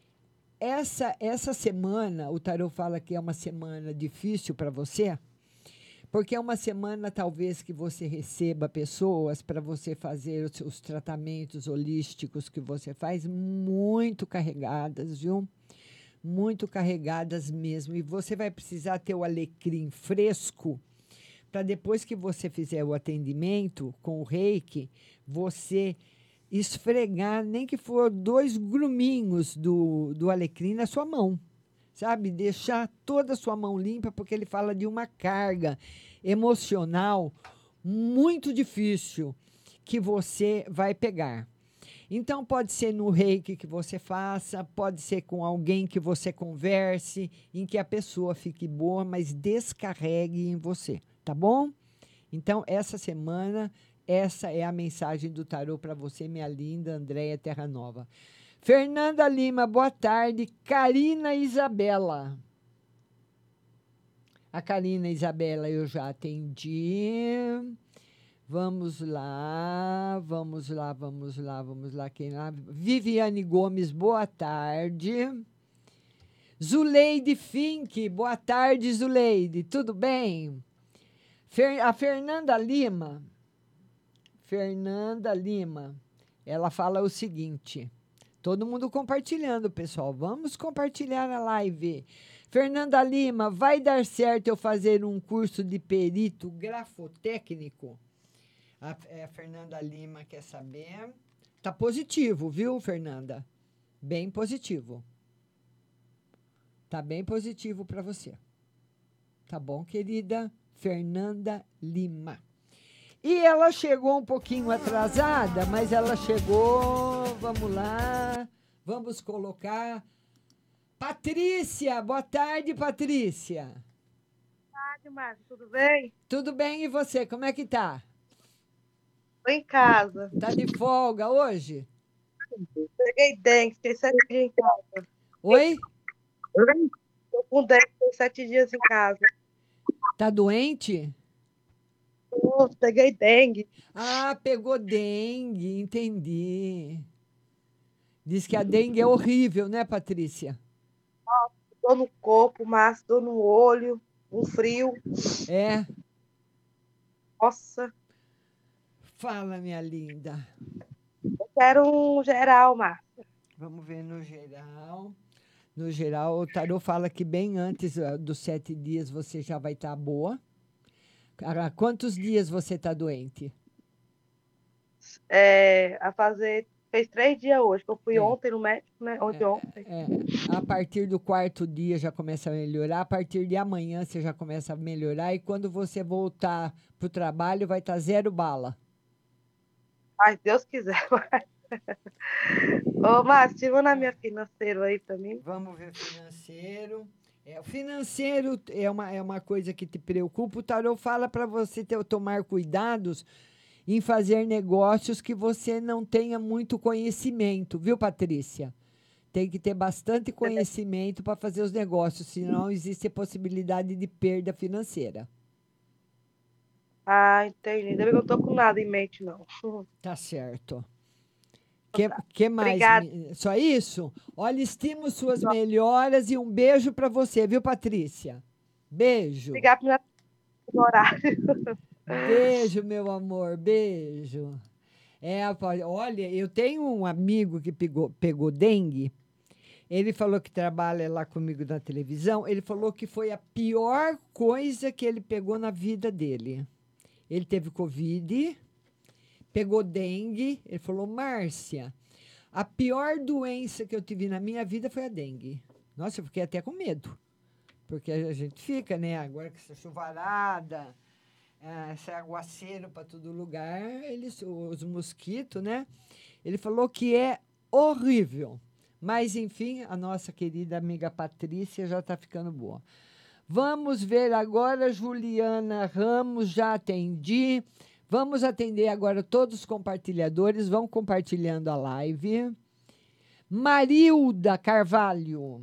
essa semana, o tarô fala que é uma semana difícil para você, porque é uma semana, talvez, que você receba pessoas para você fazer os tratamentos holísticos que você faz muito carregadas, viu? Muito carregadas mesmo. E você vai precisar ter o alecrim fresco para depois que você fizer o atendimento com o reiki, você esfregar, nem que for 2 gruminhos do alecrim na sua mão, sabe? Deixar toda a sua mão limpa, porque ele fala de uma carga emocional muito difícil que você vai pegar. Então, pode ser no reiki que você faça, pode ser com alguém que você converse, em que a pessoa fique boa, mas descarregue em você, tá bom? Então, essa semana, essa é a mensagem do tarô para você, minha linda Andréia Terra Nova. Fernanda Lima, boa tarde. Karina Isabela. A Karina Isabela eu já atendi. Vamos lá. Quem lá? Viviane Gomes, boa tarde. Zuleide Fink, boa tarde, Zuleide. Tudo bem? A Fernanda Lima, ela fala o seguinte. Todo mundo compartilhando, pessoal. Vamos compartilhar a live. Fernanda Lima, vai dar certo eu fazer um curso de perito grafotécnico? A Fernanda Lima quer saber. Tá positivo, viu, Fernanda? Bem positivo. Tá bem positivo para você. Tá bom, querida Fernanda Lima. E ela chegou um pouquinho atrasada, mas ela chegou. Vamos lá. Vamos colocar. Patrícia, boa tarde, Patrícia. Boa tarde, Márcia, tudo bem? Tudo bem, e você? Como é que tá? Tô em casa. Tá de folga hoje? Peguei dengue, fiquei 7 dias em casa. Oi? Tô com dengue, fiquei 7 dias em casa. Tá doente? Peguei dengue. Ah, pegou dengue, entendi. Diz que a dengue é horrível, né, Patrícia? Dor no corpo, Márcia, dor no olho, um frio. É? Nossa. Fala, minha linda. Eu quero um geral, Márcia. Vamos ver no geral. No geral, o tarô fala que bem antes dos 7 dias você já vai estar boa. Há quantos dias você está doente? Fez 3 dias hoje, que eu fui ontem no médico, né? Ontem. A partir do 4º dia já começa a melhorar, a partir de amanhã você já começa a melhorar e quando você voltar para o trabalho vai estar 0 bala. Ai, Deus quiser. Ô, Márcio, tira na minha financeiro aí para mim. Vamos ver financeiro. O financeiro é uma coisa que te preocupa. O tarô fala para você tomar cuidados em fazer negócios que você não tenha muito conhecimento, viu, Patrícia? Tem que ter bastante conhecimento para fazer os negócios, senão existe a possibilidade de perda financeira. Ah, entendi. Ainda bem que eu não tô com nada em mente, não. Tá certo. Que mais? Obrigada. Só isso? Olha, estimo suas melhoras e um beijo para você, viu, Patrícia? Beijo. Obrigada pelo horário. Beijo, meu amor, beijo. Olha, eu tenho um amigo que pegou dengue. Ele falou que trabalha lá comigo na televisão. Ele falou que foi a pior coisa que ele pegou na vida dele. Ele teve Covid, pegou dengue. Ele falou, Márcia, a pior doença que eu tive na minha vida foi a dengue. Nossa, eu fiquei até com medo. Porque a gente fica, né? Agora com essa chuvarada, esse aguaceiro para todo lugar, os mosquitos, né? Ele falou que é horrível. Mas, enfim, a nossa querida amiga Patrícia já está ficando boa. Vamos ver agora, Juliana Ramos, já atendi. Vamos atender agora todos os compartilhadores, vão compartilhando a live. Marilda Carvalho.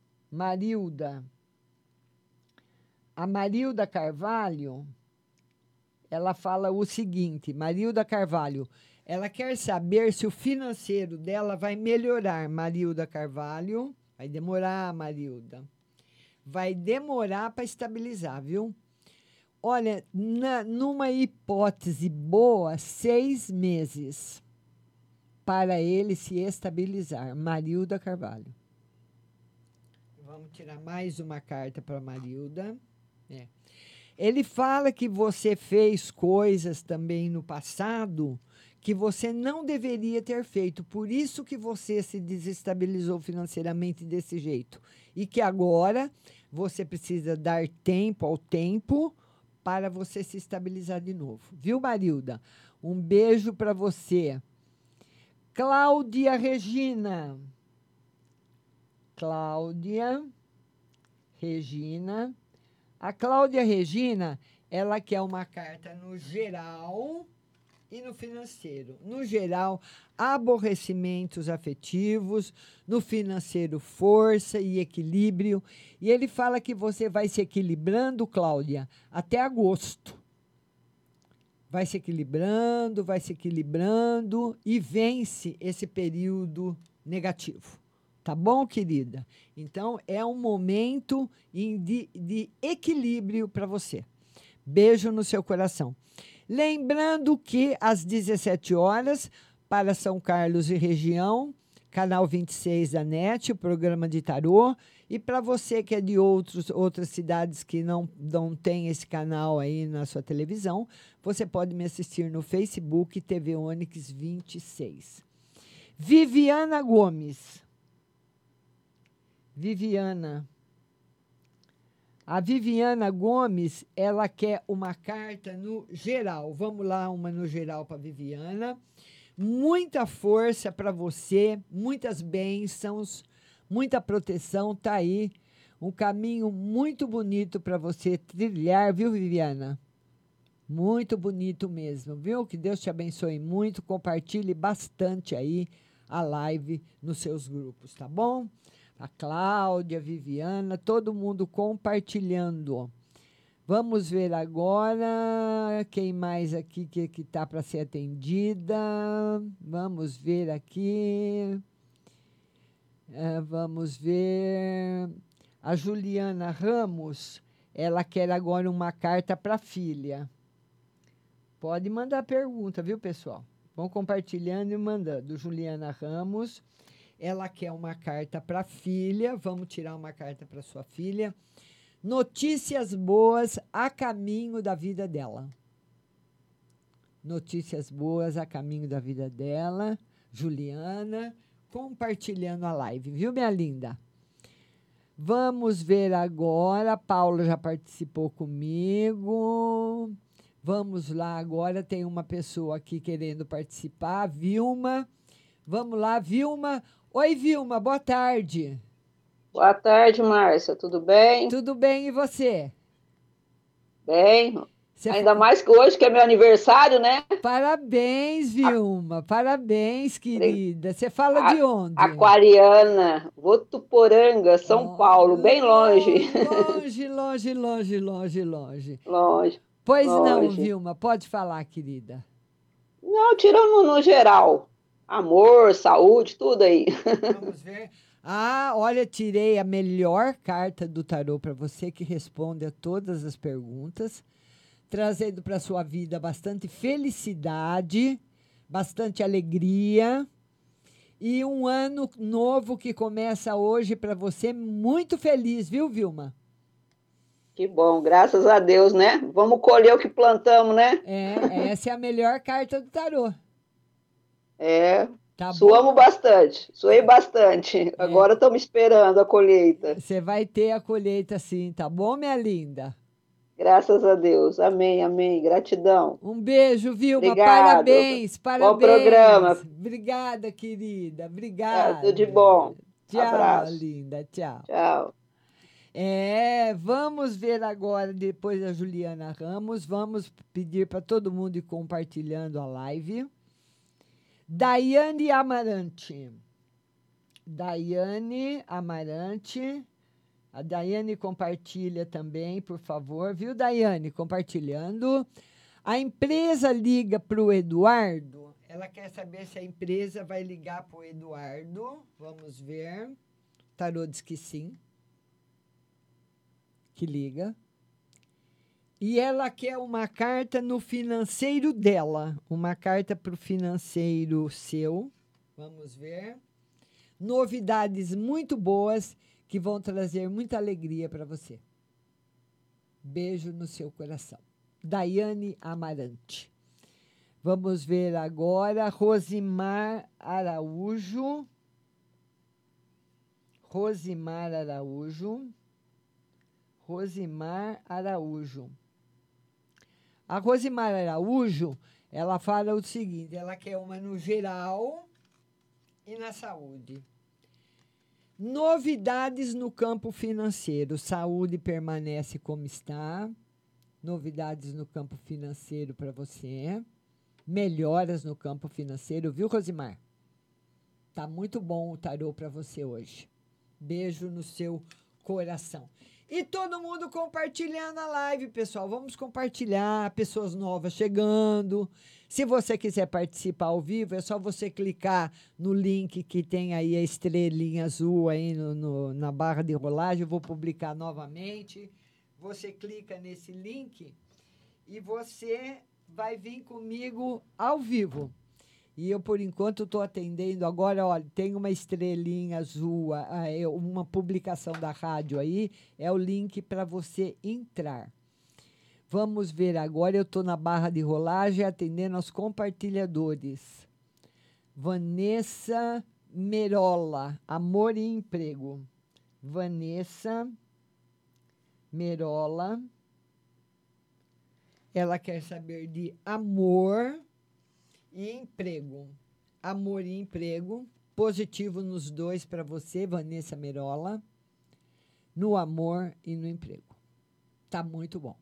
A Marilda Carvalho, ela fala o seguinte, Marilda Carvalho, ela quer saber se o financeiro dela vai melhorar, Marilda Carvalho. Vai demorar, Marilda. Vai demorar para estabilizar, viu? Olha, numa hipótese boa, 6 meses para ele se estabilizar. Marilda Carvalho. Vamos tirar mais uma carta para Marilda. Ele fala que você fez coisas também no passado que você não deveria ter feito. Por isso que você se desestabilizou financeiramente desse jeito. E que agora você precisa dar tempo ao tempo para você se estabilizar de novo. Viu, Marilda? Um beijo para você. Cláudia Regina. A Cláudia Regina, ela quer uma carta no geral e no financeiro. No geral, aborrecimentos afetivos, no financeiro, força e equilíbrio. E ele fala que você vai se equilibrando, Cláudia, até agosto. Vai se equilibrando e vence esse período negativo. Tá bom, querida? Então, é um momento de equilíbrio para você. Beijo no seu coração. Lembrando que às 17 horas, para São Carlos e região, canal 26 da NET, o programa de tarô. E para você que é de outras cidades que não tem esse canal aí na sua televisão, você pode me assistir no Facebook TV Onix 26. Viviana Gomes. A Viviana Gomes, ela quer uma carta no geral. Vamos lá, uma no geral para Viviana. Muita força para você, muitas bênçãos, muita proteção, tá aí. Um caminho muito bonito para você trilhar, viu, Viviana? Muito bonito mesmo, viu? Que Deus te abençoe muito. Compartilhe bastante aí a live nos seus grupos, tá bom? A Cláudia, a Viviana, todo mundo compartilhando. Vamos ver agora quem mais aqui que está para ser atendida. Vamos ver aqui. Vamos ver. A Juliana Ramos, ela quer agora uma carta para a filha. Pode mandar pergunta, viu, pessoal? Vão compartilhando e mandando. Juliana Ramos. Ela quer uma carta para a filha. Vamos tirar uma carta para sua filha. Notícias boas a caminho da vida dela. Notícias boas a caminho da vida dela. Juliana, compartilhando a live, viu, minha linda? Vamos ver agora. A Paula já participou comigo. Vamos lá agora. Tem uma pessoa aqui querendo participar. A Vilma. Vamos lá, Vilma. Oi, Vilma, boa tarde. Boa tarde, Márcia, tudo bem? Tudo bem, e você? Bem, ainda mais que hoje, que é meu aniversário, né? Parabéns, Vilma, parabéns, querida. Você fala de onde? Aquariana, Votuporanga, São Paulo, bem longe. Longe. Pois não, Vilma, pode falar, querida. Não, tirando no geral. Amor, saúde, tudo aí. Vamos ver. Ah, olha, tirei a melhor carta do tarô para você, que responde a todas as perguntas, trazendo para sua vida bastante felicidade, bastante alegria e um ano novo que começa hoje para você muito feliz, viu, Vilma? Que bom, graças a Deus, né? Vamos colher o que plantamos, né? Essa é a melhor carta do tarô. Tá suamos bastante, suei bastante. Agora estamos esperando a colheita. Você vai ter a colheita sim, tá bom, minha linda? Graças a Deus, amém, amém, gratidão. Um beijo, Vilma, obrigado. Parabéns. Bom programa. Obrigada, querida, obrigada. Tudo de bom. Tchau, abraço. Linda, tchau. Tchau. Vamos ver agora, depois da Juliana Ramos, vamos pedir para todo mundo ir compartilhando a live. Daiane Amarante. A Daiane compartilha também, por favor. Viu, Daiane? Compartilhando. A empresa liga para o Eduardo. Ela quer saber se a empresa vai ligar para o Eduardo. Vamos ver. Tarô diz que sim. Que liga. E ela quer uma carta no financeiro dela. Uma carta para o financeiro seu. Vamos ver. Novidades muito boas que vão trazer muita alegria para você. Beijo no seu coração. Daiane Amarante. Vamos ver agora Rosimar Araújo. Rosimar Araújo. A Rosimar Araújo, ela fala o seguinte, ela quer uma no geral e na saúde. Novidades no campo financeiro. Saúde permanece como está. novidades no campo financeiro para você. Melhoras no campo financeiro, viu, Rosimar? Tá muito bom o tarô para você hoje. Beijo no seu coração. E todo mundo compartilhando a live, pessoal. Vamos compartilhar, pessoas novas chegando. Se você quiser participar ao vivo, é só você clicar no link que tem aí a estrelinha azul aí na barra de rolagem. Eu vou publicar novamente. Você clica nesse link e você vai vir comigo ao vivo. E eu, por enquanto, estou atendendo agora, olha, tem uma estrelinha azul, uma publicação da rádio aí, é o link para você entrar. Vamos ver agora, eu estou na barra de rolagem atendendo aos compartilhadores. Vanessa Merola, Amor e Emprego. Vanessa Merola, ela quer saber de amor e emprego. Amor e emprego. Positivo nos dois para você, Vanessa Merola. No amor e no emprego. Tá muito bom.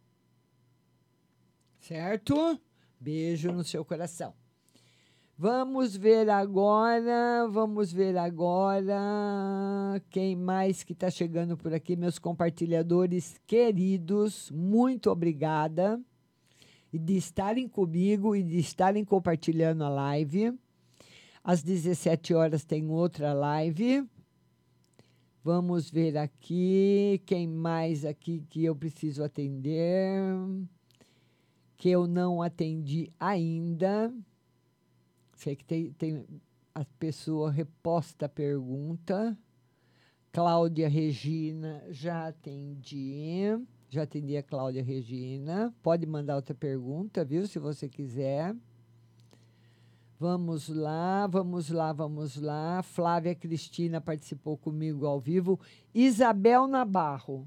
Certo? Beijo no seu coração. Vamos ver agora. Quem mais que está chegando por aqui? Meus compartilhadores queridos. Muito obrigada de estarem comigo e de estarem compartilhando a live. Às 17 horas tem outra live. Vamos ver aqui. Quem mais aqui que eu preciso atender? Que eu não atendi ainda. Sei que tem a pessoa reposta a pergunta. Cláudia Regina, já atendi. Já atendi a Cláudia Regina. Pode mandar outra pergunta, viu? Se você quiser. Vamos lá. Flávia Cristina participou comigo ao vivo. Isabel Nabarro.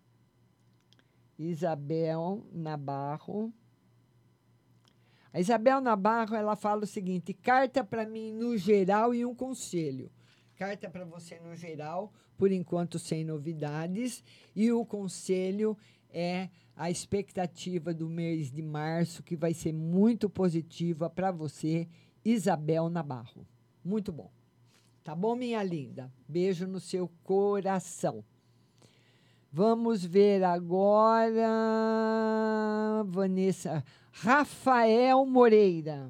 A Isabel Nabarro, ela fala o seguinte: carta para mim no geral e um conselho. Carta para você no geral, por enquanto sem novidades. E o conselho é a expectativa do mês de março, que vai ser muito positiva para você, Isabel Nabarro. Muito bom. Tá bom, minha linda? Beijo no seu coração. Vamos ver agora, Vanessa. Rafael Moreira.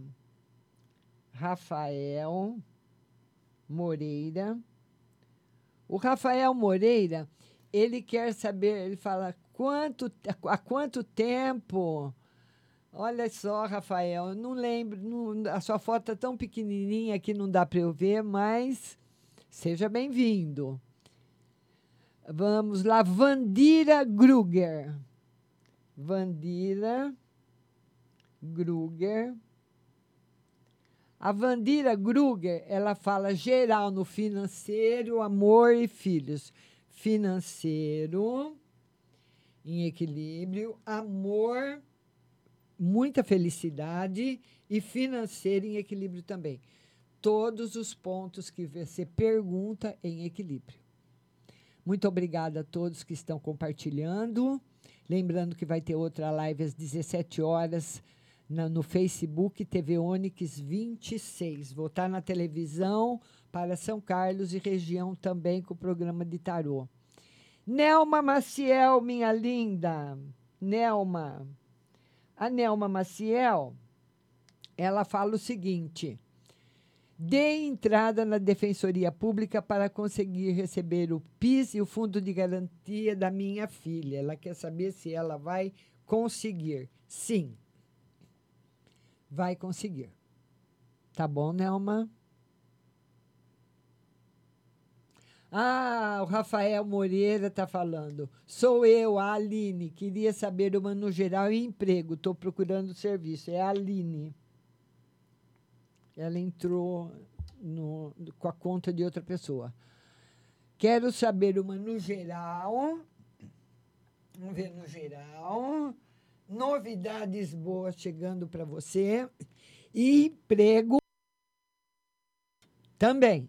O Rafael Moreira, ele quer saber, ele fala, há quanto tempo? Olha só, Rafael, eu não lembro, a sua foto é tão pequenininha que não dá para eu ver, mas seja bem-vindo. Vamos lá, Vandira Gruger. A Vandira Gruger, ela fala geral no financeiro, amor e filhos. Financeiro em equilíbrio, amor, muita felicidade e financeiro em equilíbrio também. Todos os pontos que você pergunta em equilíbrio. Muito obrigada a todos que estão compartilhando. Lembrando que vai ter outra live às 17 horas no Facebook, TV Onix 26. Vou estar na televisão para São Carlos e região também com o programa de tarô. Nelma Maciel, minha linda. Nelma. A Nelma Maciel, ela fala o seguinte: dê entrada na Defensoria Pública para conseguir receber o PIS e o Fundo de Garantia da minha filha. Ela quer saber se ela vai conseguir. Sim, vai conseguir. Tá bom, Nelma? Ah, o Rafael Moreira está falando. Sou eu, a Aline. Queria saber uma no geral e emprego. Estou procurando serviço. É a Aline. Ela entrou com a conta de outra pessoa. Quero saber uma no geral. Vamos ver no geral. Novidades boas chegando para você. E emprego também.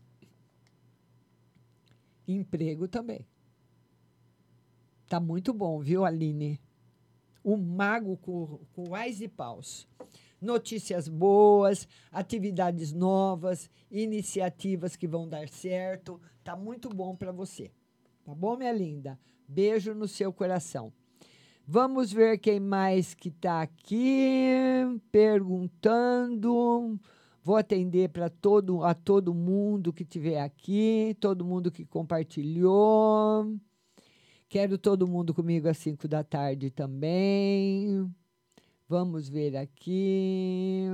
Emprego também. Tá muito bom, viu, Aline? o mago com ais e paus. Notícias boas, atividades novas, iniciativas que vão dar certo. Tá muito bom para você. Tá bom, minha linda? Beijo no seu coração. Vamos ver quem mais que está aqui perguntando. Vou atender a todo mundo que estiver aqui, todo mundo que compartilhou. Quero todo mundo comigo às 5 da tarde também. Vamos ver aqui.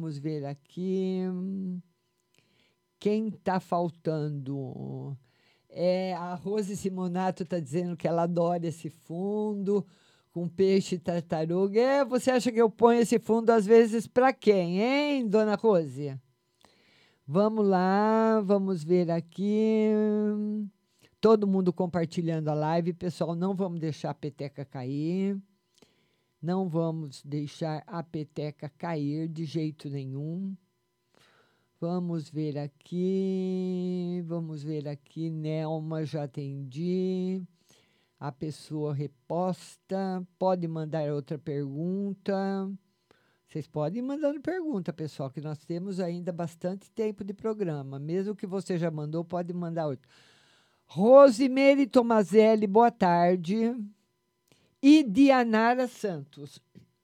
Quem está faltando? A Rose Simonato está dizendo que ela adora esse fundo com peixe e tartaruga. Você acha que eu ponho esse fundo às vezes para quem, hein, dona Rose? Vamos lá, vamos ver aqui. Todo mundo compartilhando a live. Pessoal, não vamos deixar a peteca cair. Não vamos deixar a peteca cair de jeito nenhum. Vamos ver aqui. Nelma, já atendi. A pessoa reposta. Pode mandar outra pergunta. Vocês podem ir mandando pergunta, pessoal, que nós temos ainda bastante tempo de programa. Mesmo que você já mandou, pode mandar outra. Rosimeire Tomazelli, boa tarde. E Dianara Santos.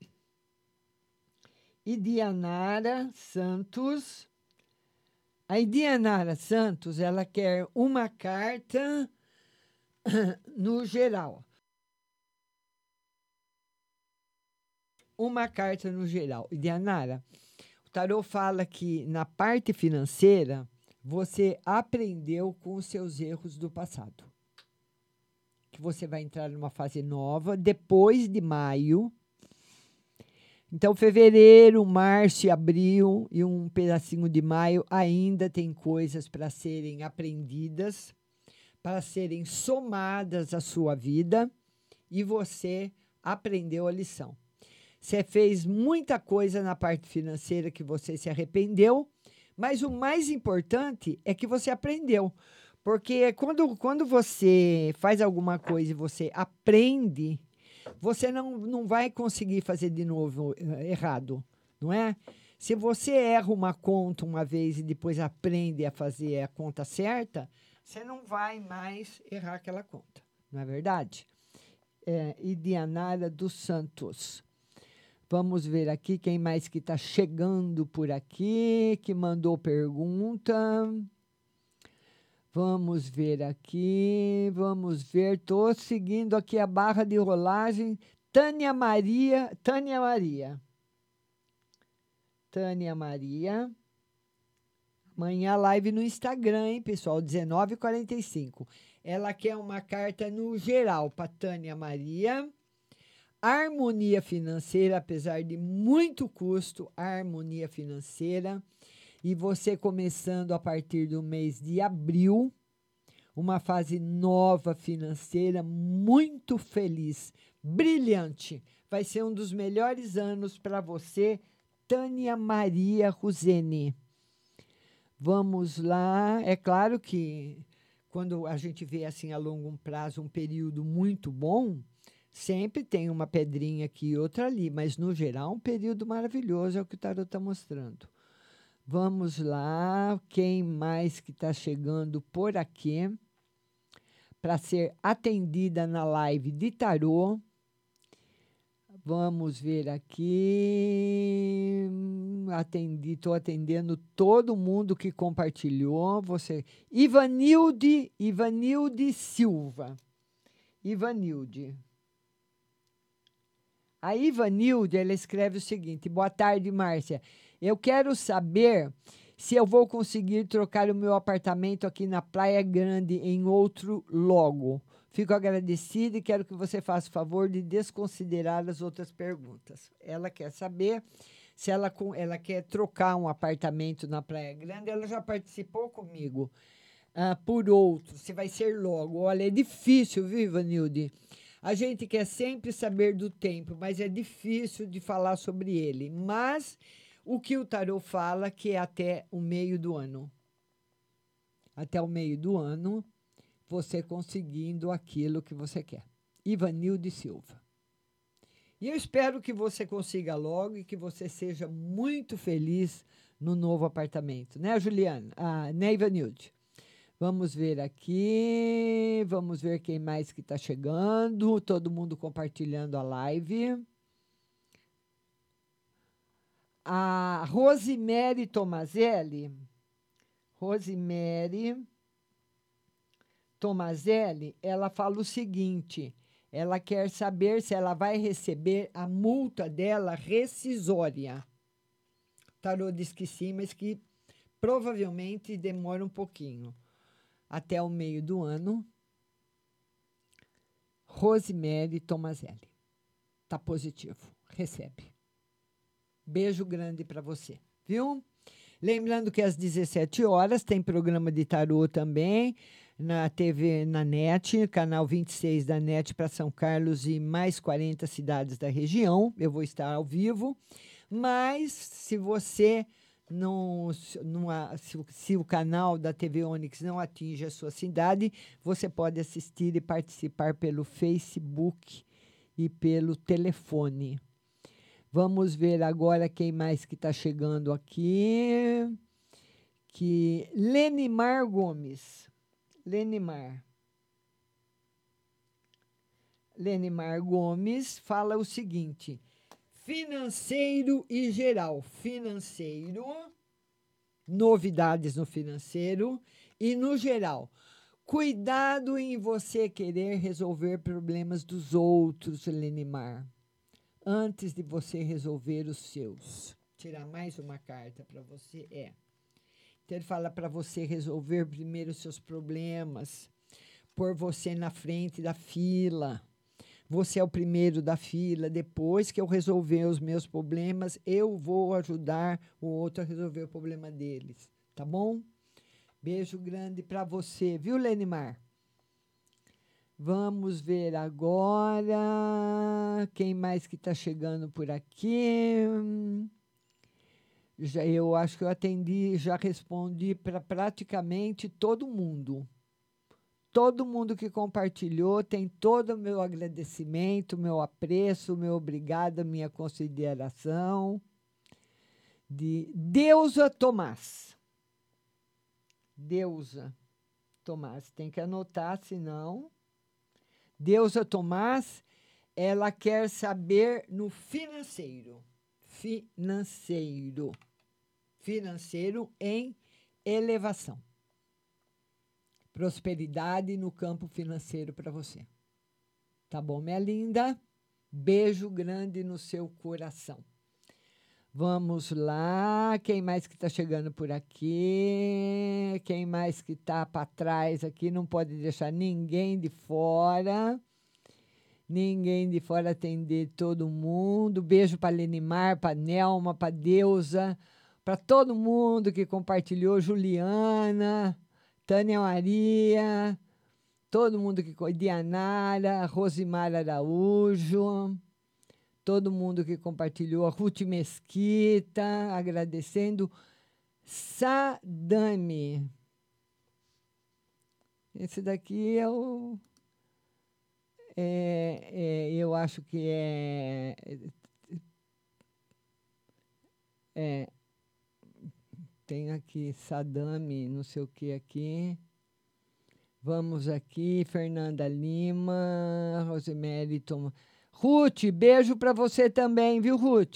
A Dianara Santos, ela quer uma carta no geral. Uma carta no geral. E Dianara, o tarô fala que na parte financeira você aprendeu com os seus erros do passado. Que você vai entrar numa fase nova depois de maio. Então, fevereiro, março e abril e um pedacinho de maio ainda tem coisas para serem aprendidas, para serem somadas à sua vida e você aprendeu a lição. Você fez muita coisa na parte financeira que você se arrependeu, mas o mais importante é que você aprendeu. Porque quando você faz alguma coisa e você aprende, você não vai conseguir fazer de novo errado, não é? Se você erra uma conta uma vez e depois aprende a fazer a conta certa, você não vai mais errar aquela conta, não é verdade? E Dianara dos Santos. Vamos ver aqui quem mais que está chegando por aqui, que mandou pergunta. Vamos ver aqui, estou seguindo aqui a barra de rolagem. Tânia Maria. Amanhã live no Instagram, hein, pessoal, 19h45. Ela quer uma carta no geral para Tânia Maria. Harmonia financeira, apesar de muito custo, harmonia financeira. E você começando a partir do mês de abril, uma fase nova financeira, muito feliz, brilhante. Vai ser um dos melhores anos para você, Tânia Maria Ruzeni. Vamos lá. É claro que quando a gente vê assim a longo prazo um período muito bom, sempre tem uma pedrinha aqui e outra ali, mas no geral um período maravilhoso é o que o tarot está mostrando. Vamos lá, quem mais que está chegando por aqui para ser atendida na live de tarô? Vamos ver aqui. Estou atendendo todo mundo que compartilhou. Ivanilde Silva. A Ivanilde, ela escreve o seguinte: boa tarde, Márcia. Eu quero saber se eu vou conseguir trocar o meu apartamento aqui na Praia Grande em outro logo. Fico agradecida e quero que você faça o favor de desconsiderar as outras perguntas. Ela quer saber se ela quer trocar um apartamento na Praia Grande. Ela já participou comigo por outro, se vai ser logo. Olha, é difícil, viu, Ivanilde? A gente quer sempre saber do tempo, mas é difícil de falar sobre ele. Mas o que o tarô fala que é até o meio do ano. Até o meio do ano, você conseguindo aquilo que você quer. Ivanilde Silva. E eu espero que você consiga logo e que você seja muito feliz no novo apartamento. Né, Juliana? Né, Ivanilde? Vamos ver aqui. Vamos ver quem mais que está chegando. Todo mundo compartilhando a live. A Rosemary Tomazelli. Ela fala o seguinte: ela quer saber se ela vai receber a multa dela rescisória. O tarô diz que sim, mas que provavelmente demora um pouquinho. Até o meio do ano. Rosemary Tomazelli. Tá positivo. Recebe. Beijo grande para você, viu? Lembrando que às 17 horas tem programa de tarô também na TV, na NET, canal 26 da NET para São Carlos e mais 40 cidades da região. Eu vou estar ao vivo, mas se você se o canal da TV Onix não atinge a sua cidade, você pode assistir e participar pelo Facebook e pelo telefone. Vamos ver agora quem mais que está chegando aqui. Lenimar Gomes. Lenimar Gomes fala o seguinte: financeiro e geral. Financeiro, novidades no financeiro e no geral. Cuidado em você querer resolver problemas dos outros, Lenimar, antes de você resolver os seus. Tirar mais uma carta para você. Então, ele fala para você resolver primeiro os seus problemas, pôr você na frente da fila. Você é o primeiro da fila. Depois que eu resolver os meus problemas, eu vou ajudar o outro a resolver o problema deles. Tá bom? Beijo grande para você, viu, Lenimar? Vamos ver agora quem mais que está chegando por aqui. Eu acho que eu já respondi para praticamente todo mundo. Todo mundo que compartilhou tem todo o meu agradecimento, meu apreço, meu obrigado, minha consideração. De Deusa Tomás. Deusa Tomás. Tem que anotar, senão... Deusa Tomás, ela quer saber no financeiro. Financeiro em elevação. Prosperidade no campo financeiro para você. Tá bom, minha linda? Beijo grande no seu coração. Vamos lá. Quem mais que está chegando por aqui? Quem mais que está para trás aqui? Não pode deixar ninguém de fora. Ninguém de fora, atender todo mundo. Beijo para Lenimar, para Nelma, para Deusa, para todo mundo que compartilhou. Juliana, Tânia Maria, todo mundo que... Dianara, Rosimar Araújo, todo mundo que compartilhou. A Ruth Mesquita, agradecendo. Sadami. Esse daqui é o... eu acho que tem aqui Sadami, não sei o que aqui. Vamos aqui, Fernanda Lima, Rosemary Tom. Ruth, beijo para você também, viu, Ruth?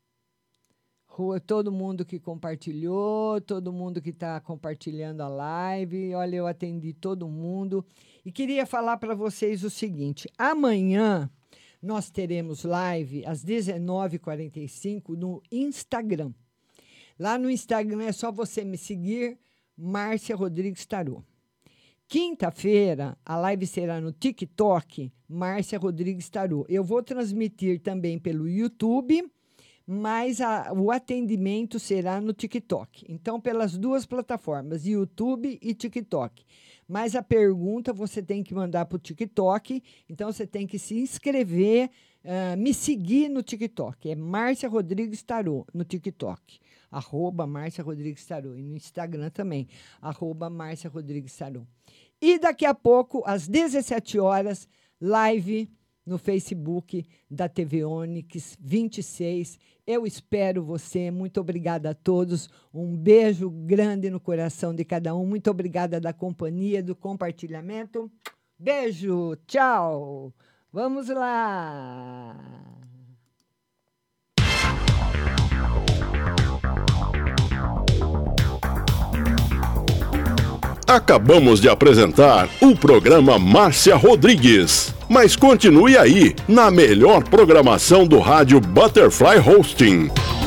Todo mundo que compartilhou, todo mundo que está compartilhando a live. Olha, eu atendi todo mundo. E queria falar para vocês o seguinte: amanhã nós teremos live às 19h45 no Instagram. Lá no Instagram é só você me seguir, Márcia Rodrigues Tarô. Quinta-feira, a live será no TikTok, Márcia Rodrigues Tarô. Eu vou transmitir também pelo YouTube, mas o atendimento será no TikTok. Então, pelas duas plataformas, YouTube e TikTok. Mas a pergunta você tem que mandar para o TikTok, então você tem que se inscrever, me seguir no TikTok. É Márcia Rodrigues Tarô no TikTok. @Márcia Rodrigues Tarô. E no Instagram também, @Márcia Rodrigues Tarô. E daqui a pouco, às 17 horas, live no Facebook da TV Onix 26. Eu espero você. Muito obrigada a todos. Um beijo grande no coração de cada um. Muito obrigada da companhia, do compartilhamento. Beijo, tchau. Vamos lá. Acabamos de apresentar o programa Márcia Rodrigues. Mas continue aí, na melhor programação do rádio Butterfly Hosting.